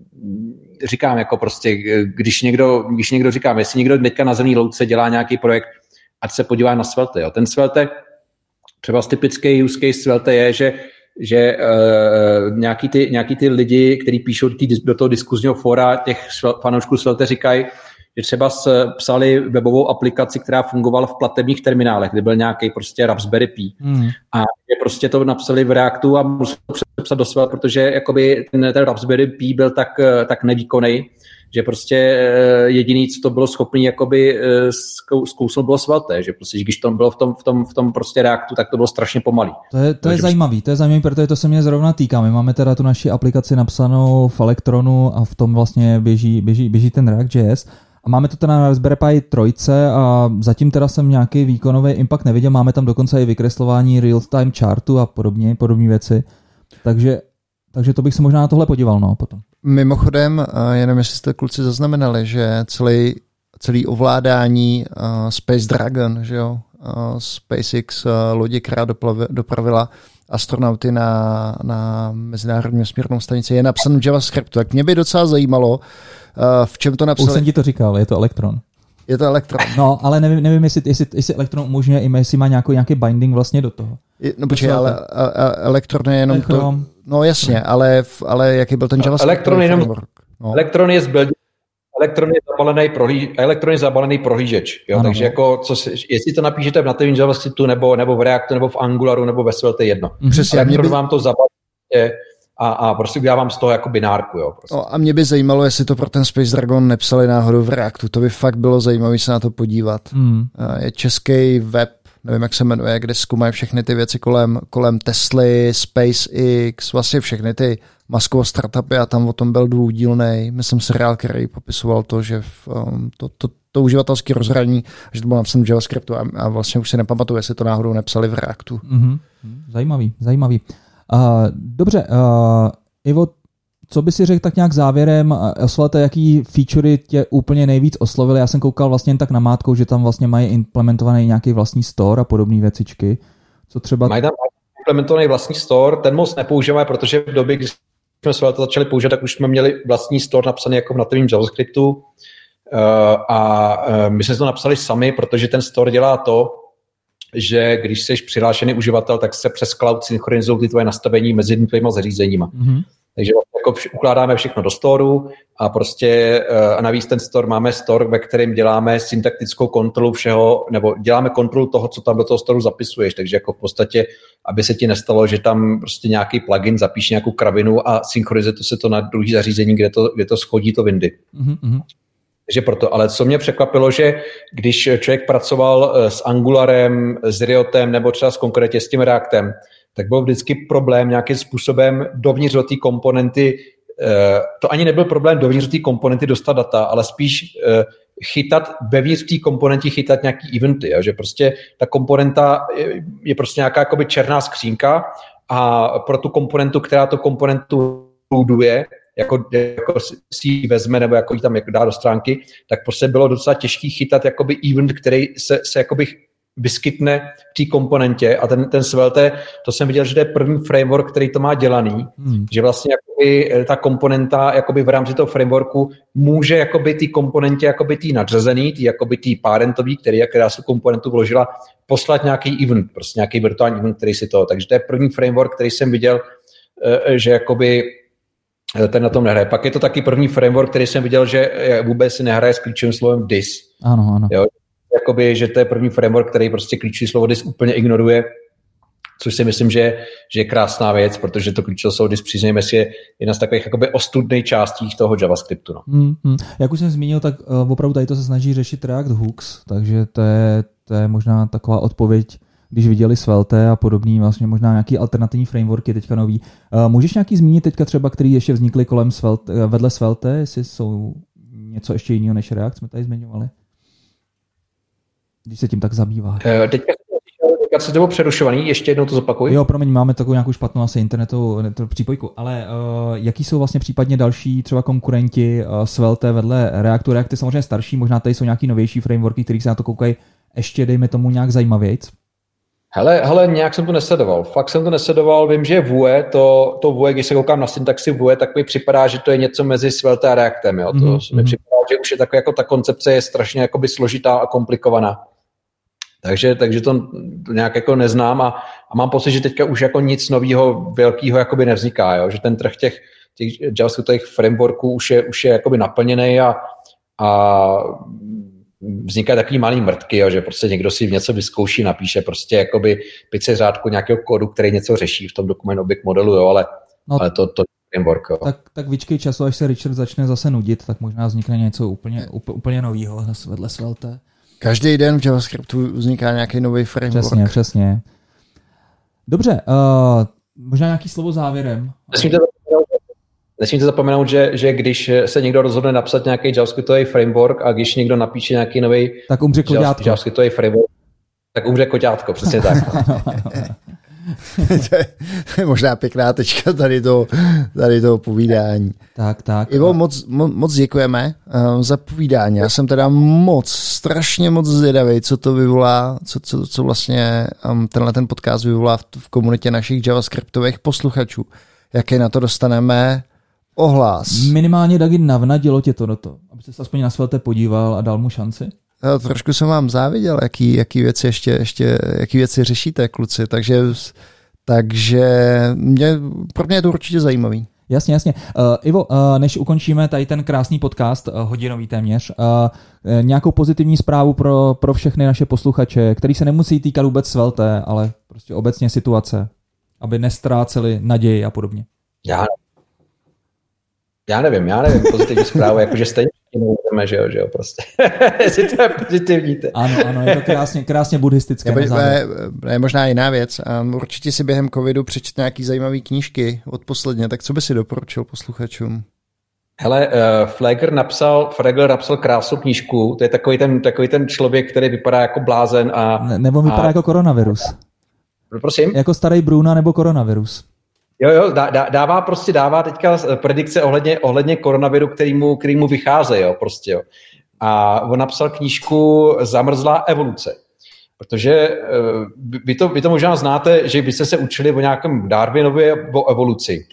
říkám, jako prostě, když někdo, když někdo říkám, jestli někdo teďka na zelený louce dělá nějaký projekt, ať se podívá na Svelte, jo. Ten Svelte, třeba typický use case Svelte je, že, že eh, nějaký, ty, nějaký ty lidi, kteří píšou do, tý, do toho diskuzního fóra těch fanoušků Svelte, říkají, že třeba psali webovou aplikaci, která fungovala v platebních terminálech, kde byl nějaký prostě Raspberry Pi. Hmm. A je prostě to napsali v Reactu a museli to přepsat do Svelte, protože jakoby ten, ten Raspberry Pi byl tak, tak nevýkonný, že prostě jediný, co to bylo schopný jakoby zkousnout, bylo Svelte, že prostě když to bylo v tom, v tom, v tom prostě Reactu, tak to bylo strašně pomalý. To je, to je zajímavý, to je zajímavý, protože to se mě zrovna týká. My máme teda tu naši aplikaci napsanou v Electronu a v tom vlastně běží, běží, běží ten React.js. A máme to teda na Raspberry Pi tři a zatím teda jsem nějaký výkonový impact neviděl, máme tam dokonce i vykreslování real-time chartu a podobně, podobné věci. Takže, takže to bych se možná na tohle podíval, no, potom. Mimochodem, jenom jestli jste kluci zaznamenali, že celý, celý ovládání uh, Space Dragon, že jo, uh, SpaceX uh, lodi, která doplavi, dopravila astronauty na, na mezinárodní vesmírnou stanici, je napsaný v JavaScriptu. Tak mě by docela zajímalo, Uh, v čem to napsali? Už jsem ti to říkal, je to Electron. Je to Electron. No, ale nevím, nevím jestli, jestli, jestli Electron umožňuje, i jestli má nějaký, nějaký binding vlastně do toho. Je, no počkej, ale a, a Electron je jenom Electron. To... No jasně, ale, ale jaký byl ten JavaScript? Electron je, jenom, no. Electron je zbuild, Electron je zabalený, prohlí, Electron je zabalený prohlížeč. Jo? Takže jako, co si, jestli to napíšete v nativním JavaScriptu, nebo, nebo v Reactu, nebo v Angularu, nebo ve Svelte, jedno. Přesně. Electron by... vám to zabalí a, a prostě udělám z toho jako binárku. Jo, prostě. No a mě by zajímalo, jestli to pro ten Space Dragon nepsali náhodou v Reactu. To by fakt bylo zajímavé se na to podívat. Mm. Je český web, nevím, jak se jmenuje, kde zkoumají všechny ty věci kolem, kolem Tesly, SpaceX, vlastně všechny ty Muskové startupy a tam o tom byl dvoudílnej, myslím, seriál, který popisoval to, že v, um, to, to, to uživatelské rozhraní, že to bylo napsané v JavaScriptu a, a vlastně už si nepamatuju, jestli to náhodou nepsali v Reactu. Mm-hmm. Zajímavý, zajímavý. Uh, dobře, uh, Ivo, co by si řekl tak nějak závěrem, oslovete, jaký featurey tě úplně nejvíc oslovily? Já jsem koukal vlastně jen tak namátkou, že tam vlastně mají implementovaný nějaký vlastní store a podobné věcičky. Co třeba... Mají tam implementovaný vlastní store, ten moc nepoužíváme, protože v době, kdy jsme se to začali používat, tak už jsme měli vlastní store napsaný jako v nativním JavaScriptu uh, a uh, my jsme to napsali sami, protože ten store dělá to, že když jsi přihlášený uživatel, tak se přes cloud synchronizují ty tvoje nastavení mezi jednotlivými zařízeníma. Mm-hmm. Takže jako vš- ukládáme všechno do storu a prostě uh, a navíc ten store, máme store, ve kterém děláme syntaktickou kontrolu všeho, nebo děláme kontrolu toho, co tam do toho storu zapisuješ, takže jako v podstatě, aby se ti nestalo, že tam prostě nějaký plugin zapíše nějakou kravinu a synchronizuje to se to na druhý zařízení, kde to, kde to schodí to windy. Mm-hmm. Takže proto, ale co mě překvapilo, že když člověk pracoval s Angularem, s Riotem nebo třeba s konkrétně s tím Reactem, tak byl vždycky problém nějakým způsobem dovnitř do té komponenty, to ani nebyl problém dovnitř do té komponenty dostat data, ale spíš chytat, vevnitř té komponenty chytat nějaký eventy, jo? Že prostě ta komponenta je prostě nějaká jakoby černá skřínka a pro tu komponentu, která tu komponentu loaduje, jako, jako si ji vezme nebo jako ji tam jako dá do stránky, tak prostě bylo docela těžký chytat jakoby event, který se, se jakoby vyskytne v té komponentě a ten, ten Svelte, to jsem viděl, že to je první framework, který to má dělaný, hmm. že vlastně jakoby ta komponenta jakoby v rámci toho frameworku může jakoby ty komponentě jakoby tý nadřazený, tý jakoby tý parentový, který, která se komponentu vložila, poslat nějaký event, prostě nějaký virtuální event, který si to, takže to je první framework, který jsem viděl, že jakoby ten na tom nehraje. Pak je to taky první framework, který jsem viděl, že vůbec si nehraje s klíčovým slovem this. Ano, ano. Jo? Jakoby, že to je první framework, který prostě klíčové slovo this úplně ignoruje, což si myslím, že, že je krásná věc, protože to klíčové slovo this, přiznejme si, je jedna z takových jakoby ostudných částí toho JavaScriptu. No. Hmm, hmm. Jak už jsem zmínil, tak uh, opravdu tady to se snaží řešit React Hooks, takže to je, to je možná taková odpověď, když viděli Svelte a podobný, vlastně možná nějaký alternativní frameworky teďka nový. Uh, můžeš nějaký zmínit teďka třeba, který ještě vznikly kolem Svelte, vedle Svelte, jestli jsou něco ještě jiného než React, jsme tady zmiňovali? Když se tím tak zabývá. Uh, teďka, teďka se to přerušovaný, ještě jednou to zopakuj. Jo, promiň, máme takovou nějakou špatnou asi internetovou přípojku, ale uh, jaký jsou vlastně případně další třeba konkurenti uh, Svelte vedle Reactu? React je samozřejmě starší, možná tady jsou nějaký novější frameworky, kterých se na to koukají ještě, dejme tomu, nějak zajímavějc. Hele, hele, nějak jsem to nesledoval. Fakt jsem to nesledoval. Vím, že je Vue, to, to Vue, když se koukám na syntaxi Vue, tak mi připadá, že to je něco mezi Svelte a Reactem. Jo? To mm-hmm. mi připadá, že už je takové, jako ta koncepce je strašně jakoby složitá a komplikovaná. Takže, takže to nějak jako neznám a, a mám pocit, že teďka už jako nic nového velkého jakoby nevzniká. Jo? Že ten trh těch, těch JavaScriptových frameworků už je, už je jakoby naplněný a, a vznikají takový malý mrtky, jo, že prostě někdo si něco vyzkouší, napíše prostě jakoby pice řádku nějakého kódu, který něco řeší v tom dokument object modelu, jo, ale, no, ale to, to je framework. Jo. Tak, tak vyčkej času, až se Richard začne zase nudit, tak možná vznikne něco úplně, úplně novýho vedle Svelte. Každý den v JavaScriptu vzniká nějaký nový framework. Přesně, přesně. Dobře, uh, možná nějaký slovo závěrem. Nesmíte Nesmíte zapomenout, že, že když se někdo rozhodne napsat nějaký JavaScriptový framework a když někdo napíše nějaký nový tak umře koťátko. JavaScriptový framework, tak umře koťátko, přesně tak. to, je, to je možná pěkná tečka tady toho, tady toho povídání. Tak, tak. Ivo, moc, mo, moc děkujeme uh, za povídání. Já jsem teda moc, strašně moc zvědavý, co to vyvolá, co, co, co vlastně um, tenhle ten podcast vyvolá v, v komunitě našich JavaScriptových posluchačů. Jaké na to dostaneme ohlas. Minimálně Dagi navnadilo tě to do toho, aby se aspoň na Svelte podíval a dal mu šanci? No, trošku jsem vám záviděl, jaký, jaký věci ještě, ještě, jaký věci řešíte, kluci, takže, takže mě, pro mě je to určitě zajímavý. Jasně, jasně. Uh, Ivo, uh, než ukončíme tady ten krásný podcast, uh, hodinový téměř, uh, uh, nějakou pozitivní zprávu pro, pro všechny naše posluchače, který se nemusí týkat vůbec Svelte, ale prostě obecně situace, aby nestráceli naději a podobně. Já, já nevím, já nevím pozitivní zprávu, jakože stejně neumíme, že jo, že jo, prostě. Jestli to je pozitivní. To. Ano, ano, je to krásně, krásně buddhistické. Je, je, je možná jiná věc. Um, určitě si během covidu přečet nějaký zajímavý knížky od posledně, tak co by si doporučil posluchačům? Hele, uh, Flegler napsal, Flegler napsal krásnou knížku, to je takový ten, takový ten člověk, který vypadá jako blázen a... Ne, nebo vypadá a... jako koronavirus. Prosím? Jako starý Bruna nebo koronavirus. Jo, jo, dá, dává prostě, dává teďka predikce ohledně, ohledně koronaviru, který mu, který mu vycházejí, jo, prostě, jo. A on napsal knížku Zamrzlá evoluce, protože vy to, vy to možná znáte, že byste se učili o nějakém Darwinově o evoluci.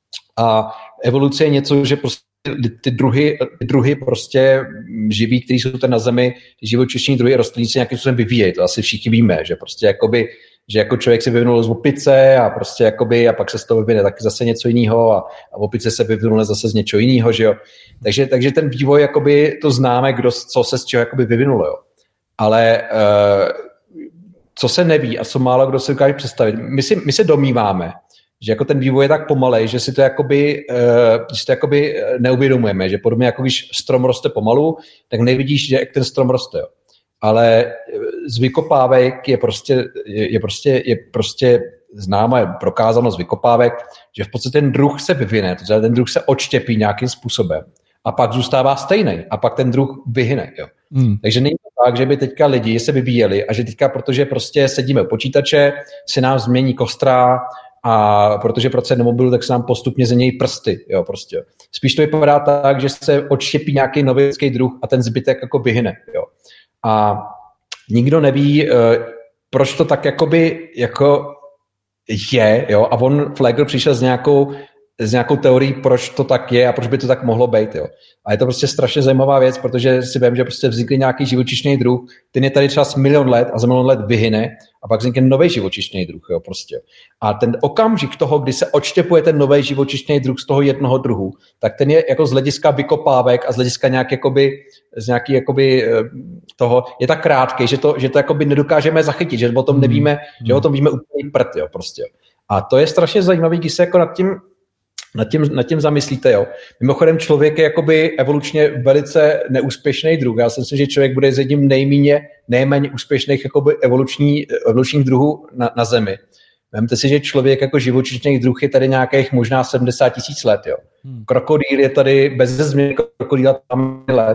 A evoluce je něco, že prostě ty druhy, ty druhy prostě živí, kteří jsou tady na Zemi, ty živočišní druhy rostliny se nějakým způsobem vyvíjejí, to asi všichni víme, že prostě jakoby že jako člověk se vyvinul z opice a prostě jakoby, a pak se z toho vyvine taky zase něco jiného a, a opice se vyvinul zase z něčeho jiného, že jo. Takže, takže ten vývoj, jakoby, to známe, kdo, co se z čeho jakoby vyvinulo, jo. Ale uh, co se neví a co málo kdo se dokáže představit, my, si, my se domníváme, že jako ten vývoj je tak pomalej, že si to jakoby, uh, že si to jakoby neuvědomujeme, že podobně jako když strom roste pomalu, tak nevidíš, že jak ten strom roste, jo. Ale z vykopávek je prostě, je, je prostě, je prostě známo, je prokázáno z vykopávek, že v podstatě ten druh se vyvine, to znamená, ten druh se odštěpí nějakým způsobem a pak zůstává stejný a pak ten druh vyhyne. Jo. Hmm. Takže není to tak, že by teďka lidi se vyvíjeli a že teďka, protože prostě sedíme u počítače, se nám změní kostra a protože pracuje na mobilu, tak se nám postupně změní prsty. Jo, prostě. Spíš to vypadá tak, že se odštěpí nějaký nový lidský druh a ten zbytek jako vyhyne. Jo. A nikdo neví, proč to tak jakoby jako je, jo, a on Flegler přišel s nějakou, s nějakou teorií, proč to tak je a proč by to tak mohlo být, jo. A je to prostě strašně zajímavá věc, protože si vím, že prostě vznikne nějaký živočišný druh, ten je tady třeba milion let a za milion let vyhyne a pak vznikne nový živočišný druh, jo, prostě. A ten okamžik toho, kdy se odštěpuje ten nový živočišný druh z toho jednoho druhu, tak ten je jako z hlediska vykopávek a z hlediska nějak jakoby, z nějaký jakoby toho, je tak krátký, že to, že to jakoby nedokážeme zachytit, že o tom nevíme, mm. že o tom víme úplně prd, jo, prostě. A to je strašně zajímavý, když se jako nad tím Nad tím, nad tím zamyslíte, jo. Mimochodem člověk je jakoby evolučně velice neúspěšný druh. Já si myslím, že člověk bude z jedním nejméně, nejméně úspěšných jakoby evoluční, evolučních druhů na, na Zemi. Vemte si, že člověk jako živočišný druh je tady nějakých možná sedmdesát tisíc let, jo. Hmm. Krokodýl je tady bez změny, krokodýla tam let.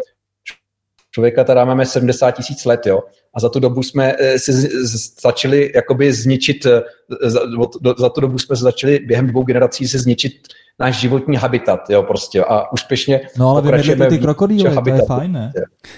Člověka tady máme sedmdesát tisíc let, jo. A za tu dobu jsme si začali jakoby zničit, za, za tu dobu jsme začali během dvou generací si zničit náš životní habitat, jo, prostě. A úspěšně no ale vymydleli ty krokodýly, to je fajn, ne?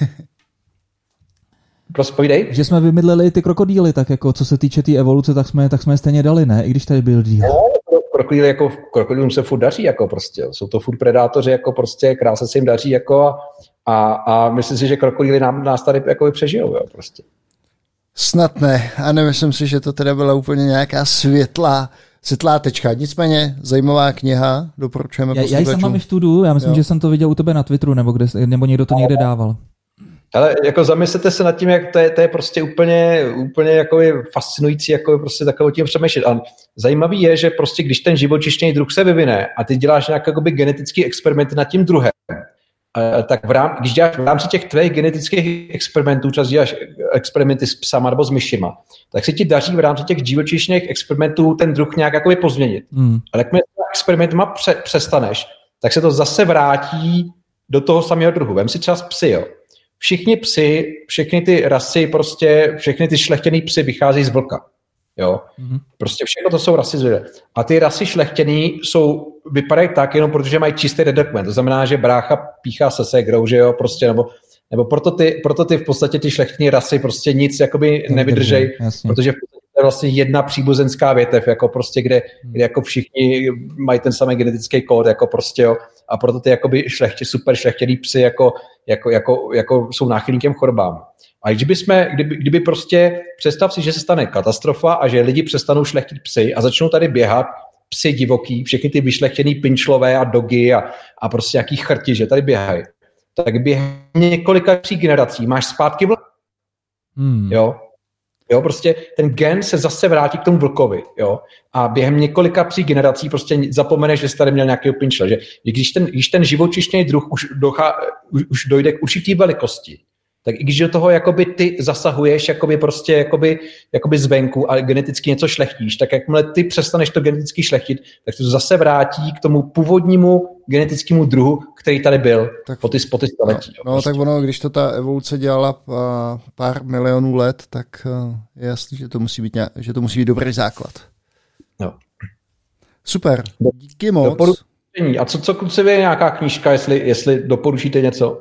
Prostě povídej. Že jsme vymydleli ty krokodýly, tak jako co se týče té tý evoluce, tak jsme, tak jsme je stejně dali, ne? I když tady byl díl. No, krokodýly jako, krokodýlům se furt daří, jako prostě. Jsou to furt predátoři, jako prostě, krásně se jim daří, jako a A, a myslím si, že krokodýly nám, nás tady jako přežijou, jo, prostě. Snad ne. A nemyslím si, že to teda byla úplně nějaká světlá, světlá tečka. Nicméně zajímavá kniha, doporučujeme posluchačům. Já ji sama mi studuju, já myslím, jo. že jsem to viděl u tebe na Twitteru, nebo, kde, nebo někdo to někde dával. Ale jako zamyslete se nad tím, jak to je, to je prostě úplně, úplně jako fascinující, jako prostě takové tím přemýšlet. A zajímavý je, že prostě když ten živočišný druh se vyvine a ty děláš nějaké jakoby genetický experimenty nad tím druhem, tak v rám, když děláš v rámci těch tvých genetických experimentů, čas děláš experimenty s psama nebo s myšima, tak se ti daří v rámci těch živočišných experimentů ten druh nějak jakoby pozměnit. Hmm. Ale jakmile experimentama pře- přestaneš, tak se to zase vrátí do toho samého druhu. Vem si třeba psy, jo. Všichni psy, všechny ty rasy, prostě všechny ty šlechtěný psy vycházejí z vlka. Jo? Mm-hmm. Prostě všechno to jsou rasy zvěře. A ty rasy šlechtěný jsou, vypadají tak jenom protože mají čistý redukment. To znamená, že brácha píchá se ségrou, že jo, prostě, nebo, nebo proto, ty, proto ty v podstatě ty šlechtěný rasy prostě nic jakoby nevydržej, protože je vlastně jedna příbuzenská větev, jako prostě, kde, kde jako všichni mají ten samý genetický kód, jako prostě, jo, a proto ty jakoby šlechtě, super šlechtělí psy jako, jako, jako, jako jsou náchylní těm chorobám. A kdyby, jsme, kdyby, kdyby prostě, představ si, že se stane katastrofa a že lidi přestanou šlechtit psy a začnou tady běhat psy divoký, všechny ty vyšlechtěný pinčlové a dogy a, a prostě nějaký chrti, že tady běhají. Tak během několika tří generací máš zpátky vlk. Hmm. Jo? Jo, prostě ten gen se zase vrátí k tomu vlkovi, jo, a během několika tří generací prostě zapomeneš, že jsi tady měl nějakého pinčle, že když ten, když ten živočišný druh už, dochá, už, už dojde k určitý velikosti, tak i když do toho jakoby ty zasahuješ jakoby prostě jakoby, jakoby zvenku a geneticky něco šlechtíš, tak jakmile ty přestaneš to geneticky šlechtit, tak to zase vrátí k tomu původnímu genetickému druhu, který tady byl tak, po ty, po ty století. No, no prostě. Tak ono, když to ta evoluce dělala pár milionů let, tak je jasný, že to musí být, nějak, že to musí být dobrý základ. No. Super, díky moc. Doporučení. A co, co kluci je nějaká knížka, jestli, jestli doporučíte něco?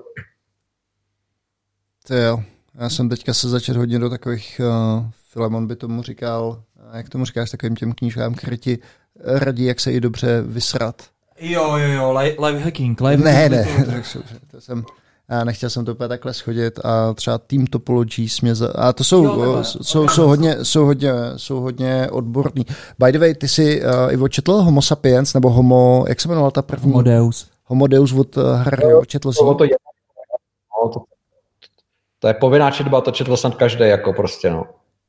To jo, já jsem teďka se začal hodně do takových, uh, Filemon by tomu říkal, jak tomu říkáš, takovým těm knížkám, které ti radí, jak se i dobře vysrat. Jo, jo, jo, live hacking. Live ne, hacking, ne, ne to jsem, já nechtěl jsem to úplně takhle schodit a třeba Team Topologies mě, za, a to jsou, jo, jsou, jsou, hodně, jsou, hodně, jsou hodně odborní. By the way, ty jsi, uh, Ivo, četl Homo sapiens, nebo Homo, jak se jmenovala ta první? Homo Deus. Homo Deus od uh, Harryho, četl jsi? To je, no, to, to je povinná četba, to četl snad každý, jako prostě, no.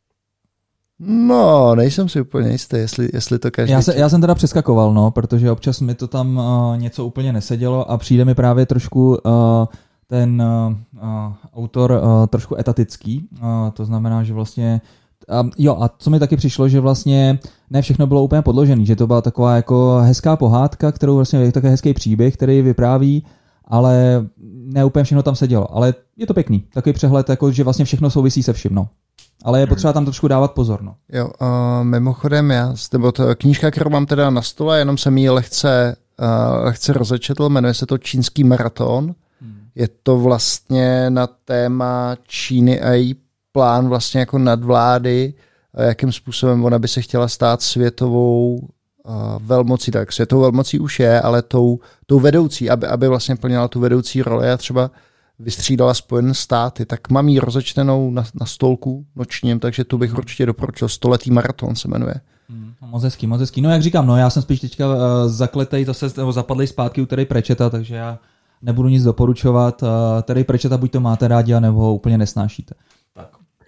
No, nejsem si úplně jistý, jestli, jestli to každý... Já, se, já jsem teda přeskakoval, no, protože občas mi to tam uh, něco úplně nesedělo a přijde mi právě trošku uh, ten uh, uh, autor uh, trošku etatický, uh, to znamená, že vlastně... Uh, jo, a co mi taky přišlo, že vlastně ne všechno bylo úplně podložené, že to byla taková jako hezká pohádka, kterou vlastně je takový hezký příběh, který vypráví, ale ne úplně všechno tam sedělo, ale je to pěkný, takový přehled, jako, že vlastně všechno souvisí se vším, no. Ale je potřeba tam trošku dávat pozor. No. Jo, uh, mimochodem, já, nebo to knížka, kterou mám teda na stole, jenom jsem ji lehce, uh, lehce rozečetl, jmenuje se to Čínský maraton. Hmm. Je to vlastně na téma Číny a její plán vlastně jako nadvlády, uh, jakým způsobem ona by se chtěla stát světovou uh, velmocí. Tak světovou velmocí už je, ale tou, tou vedoucí, aby, aby vlastně plnila tu vedoucí roli a třeba vystřídala Spojené státy, tak mám ji rozečtenou na, na stolku nočním, takže tu bych určitě doporučil. Stoletý maraton se jmenuje. Hmm, moc hezký, moc hezký. No jak říkám, no já jsem spíš teďka uh, zakletej, zase nebo zapadlej zpátky u Terry Pratchetta, takže já nebudu nic doporučovat. Uh, Terry Pratchetta buď to máte rádi, nebo ho úplně nesnášíte. Tak.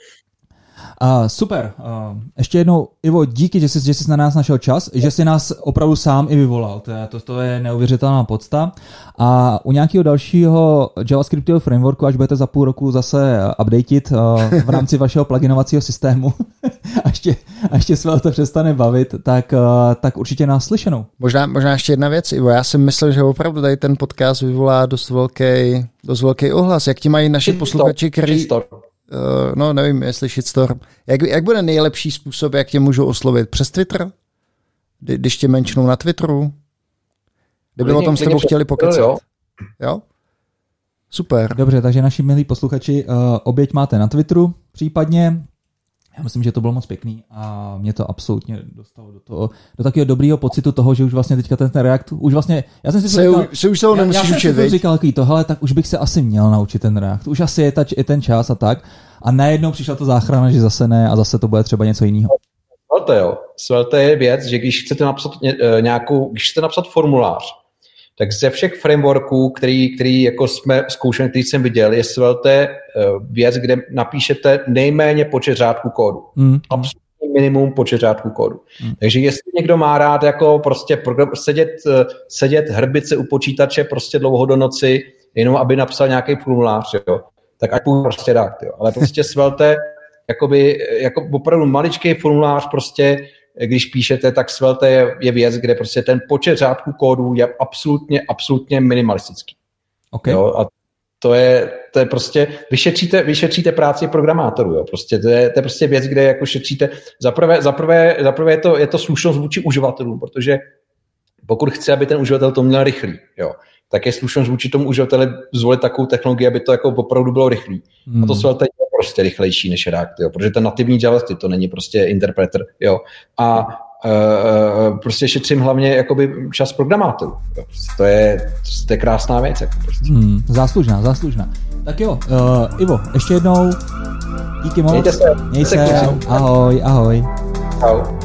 Uh, super. Uh, ještě jednou, Ivo, díky, že jsi, že jsi na nás našel čas, že jsi nás opravdu sám i vyvolal. To je, to, to je neuvěřitelná podsta. A u nějakého dalšího JavaScriptového frameworku, až budete za půl roku zase updatit uh, v rámci vašeho pluginovacího systému a ještě, a ještě se vás to přestane bavit, tak, uh, tak určitě nás slyšenou. Možná, možná ještě jedna věc, Ivo. Já si myslel, že opravdu tady ten podcast vyvolá dost velký, dost velký ohlas. Jak ti mají naši posluchači, který... Uh, no, nevím, jestli shitstorm. Jak, jak bude nejlepší způsob, jak tě můžu oslovit? Přes Twitter? Kdy, když tě menšnou na Twitteru? Kdyby o tom s tebou chtěli pokecat. Jo. jo? Super. Dobře, takže naši milí posluchači, uh, oběť máte na Twitteru případně. Já myslím, že to bylo moc pěkný a mě to absolutně dostalo do toho, do takového dobrýho pocitu toho, že už vlastně teďka ten, ten React, už vlastně, já jsem si se, říkal, se už toho nemusíš já, učit, já jsem si říkal, to, hele, tak už bych se asi měl naučit ten React, už asi je, ta, je ten čas a tak. A najednou přišla to záchrana, že zase ne a zase to bude třeba něco jiného. Svelte, jo. Svelte je věc, že když chcete napsat nějakou, když chcete napsat formulář, tak ze všech frameworků, který, který jako jsme zkoušeli, který jsem viděl, je Svelte věc, kde napíšete nejméně počet řádků kódu. Mm. Absolutně minimum počet řádků kódu. Mm. Takže jestli někdo má rád jako prostě program, sedět, sedět, hrbit se u počítače prostě dlouho do noci, jenom aby napsal nějaký formulář, jo, tak ať půjde prostě dát, jo. Ale prostě Svelte jakoby, jako opravdu maličký formulář prostě, když píšete, tak Svelte je, je věc, kde prostě ten počet řádků kódů je absolutně, absolutně minimalistický. Okay. Jo, a to je, to je prostě, vyšetříte, vyšetříte práci programátorů, jo, prostě, to je, to je prostě věc, kde jako šetříte, zaprvé, zaprvé, zaprvé je to, je to slušnost vůči uživatelům, protože pokud chce, aby ten uživatel to měl rychlý, jo, tak je slušnost vůči tomu uživateli zvolit takovou technologii, aby to jako opravdu bylo rychlý. Hmm. A to Svelte je prostě rychlejší než React, jo, protože ten nativní JavaScript, to není prostě interpreter, jo, a Uh, prostě šetřím hlavně jakoby čas programátorů. Prostě to, je, to je krásná věc. Jako prostě. Hmm, záslužná, záslužná. Tak jo, uh, Ivo, ještě jednou díky moc. Mějte se. Měj se. Ahoj, ahoj. Ahoj.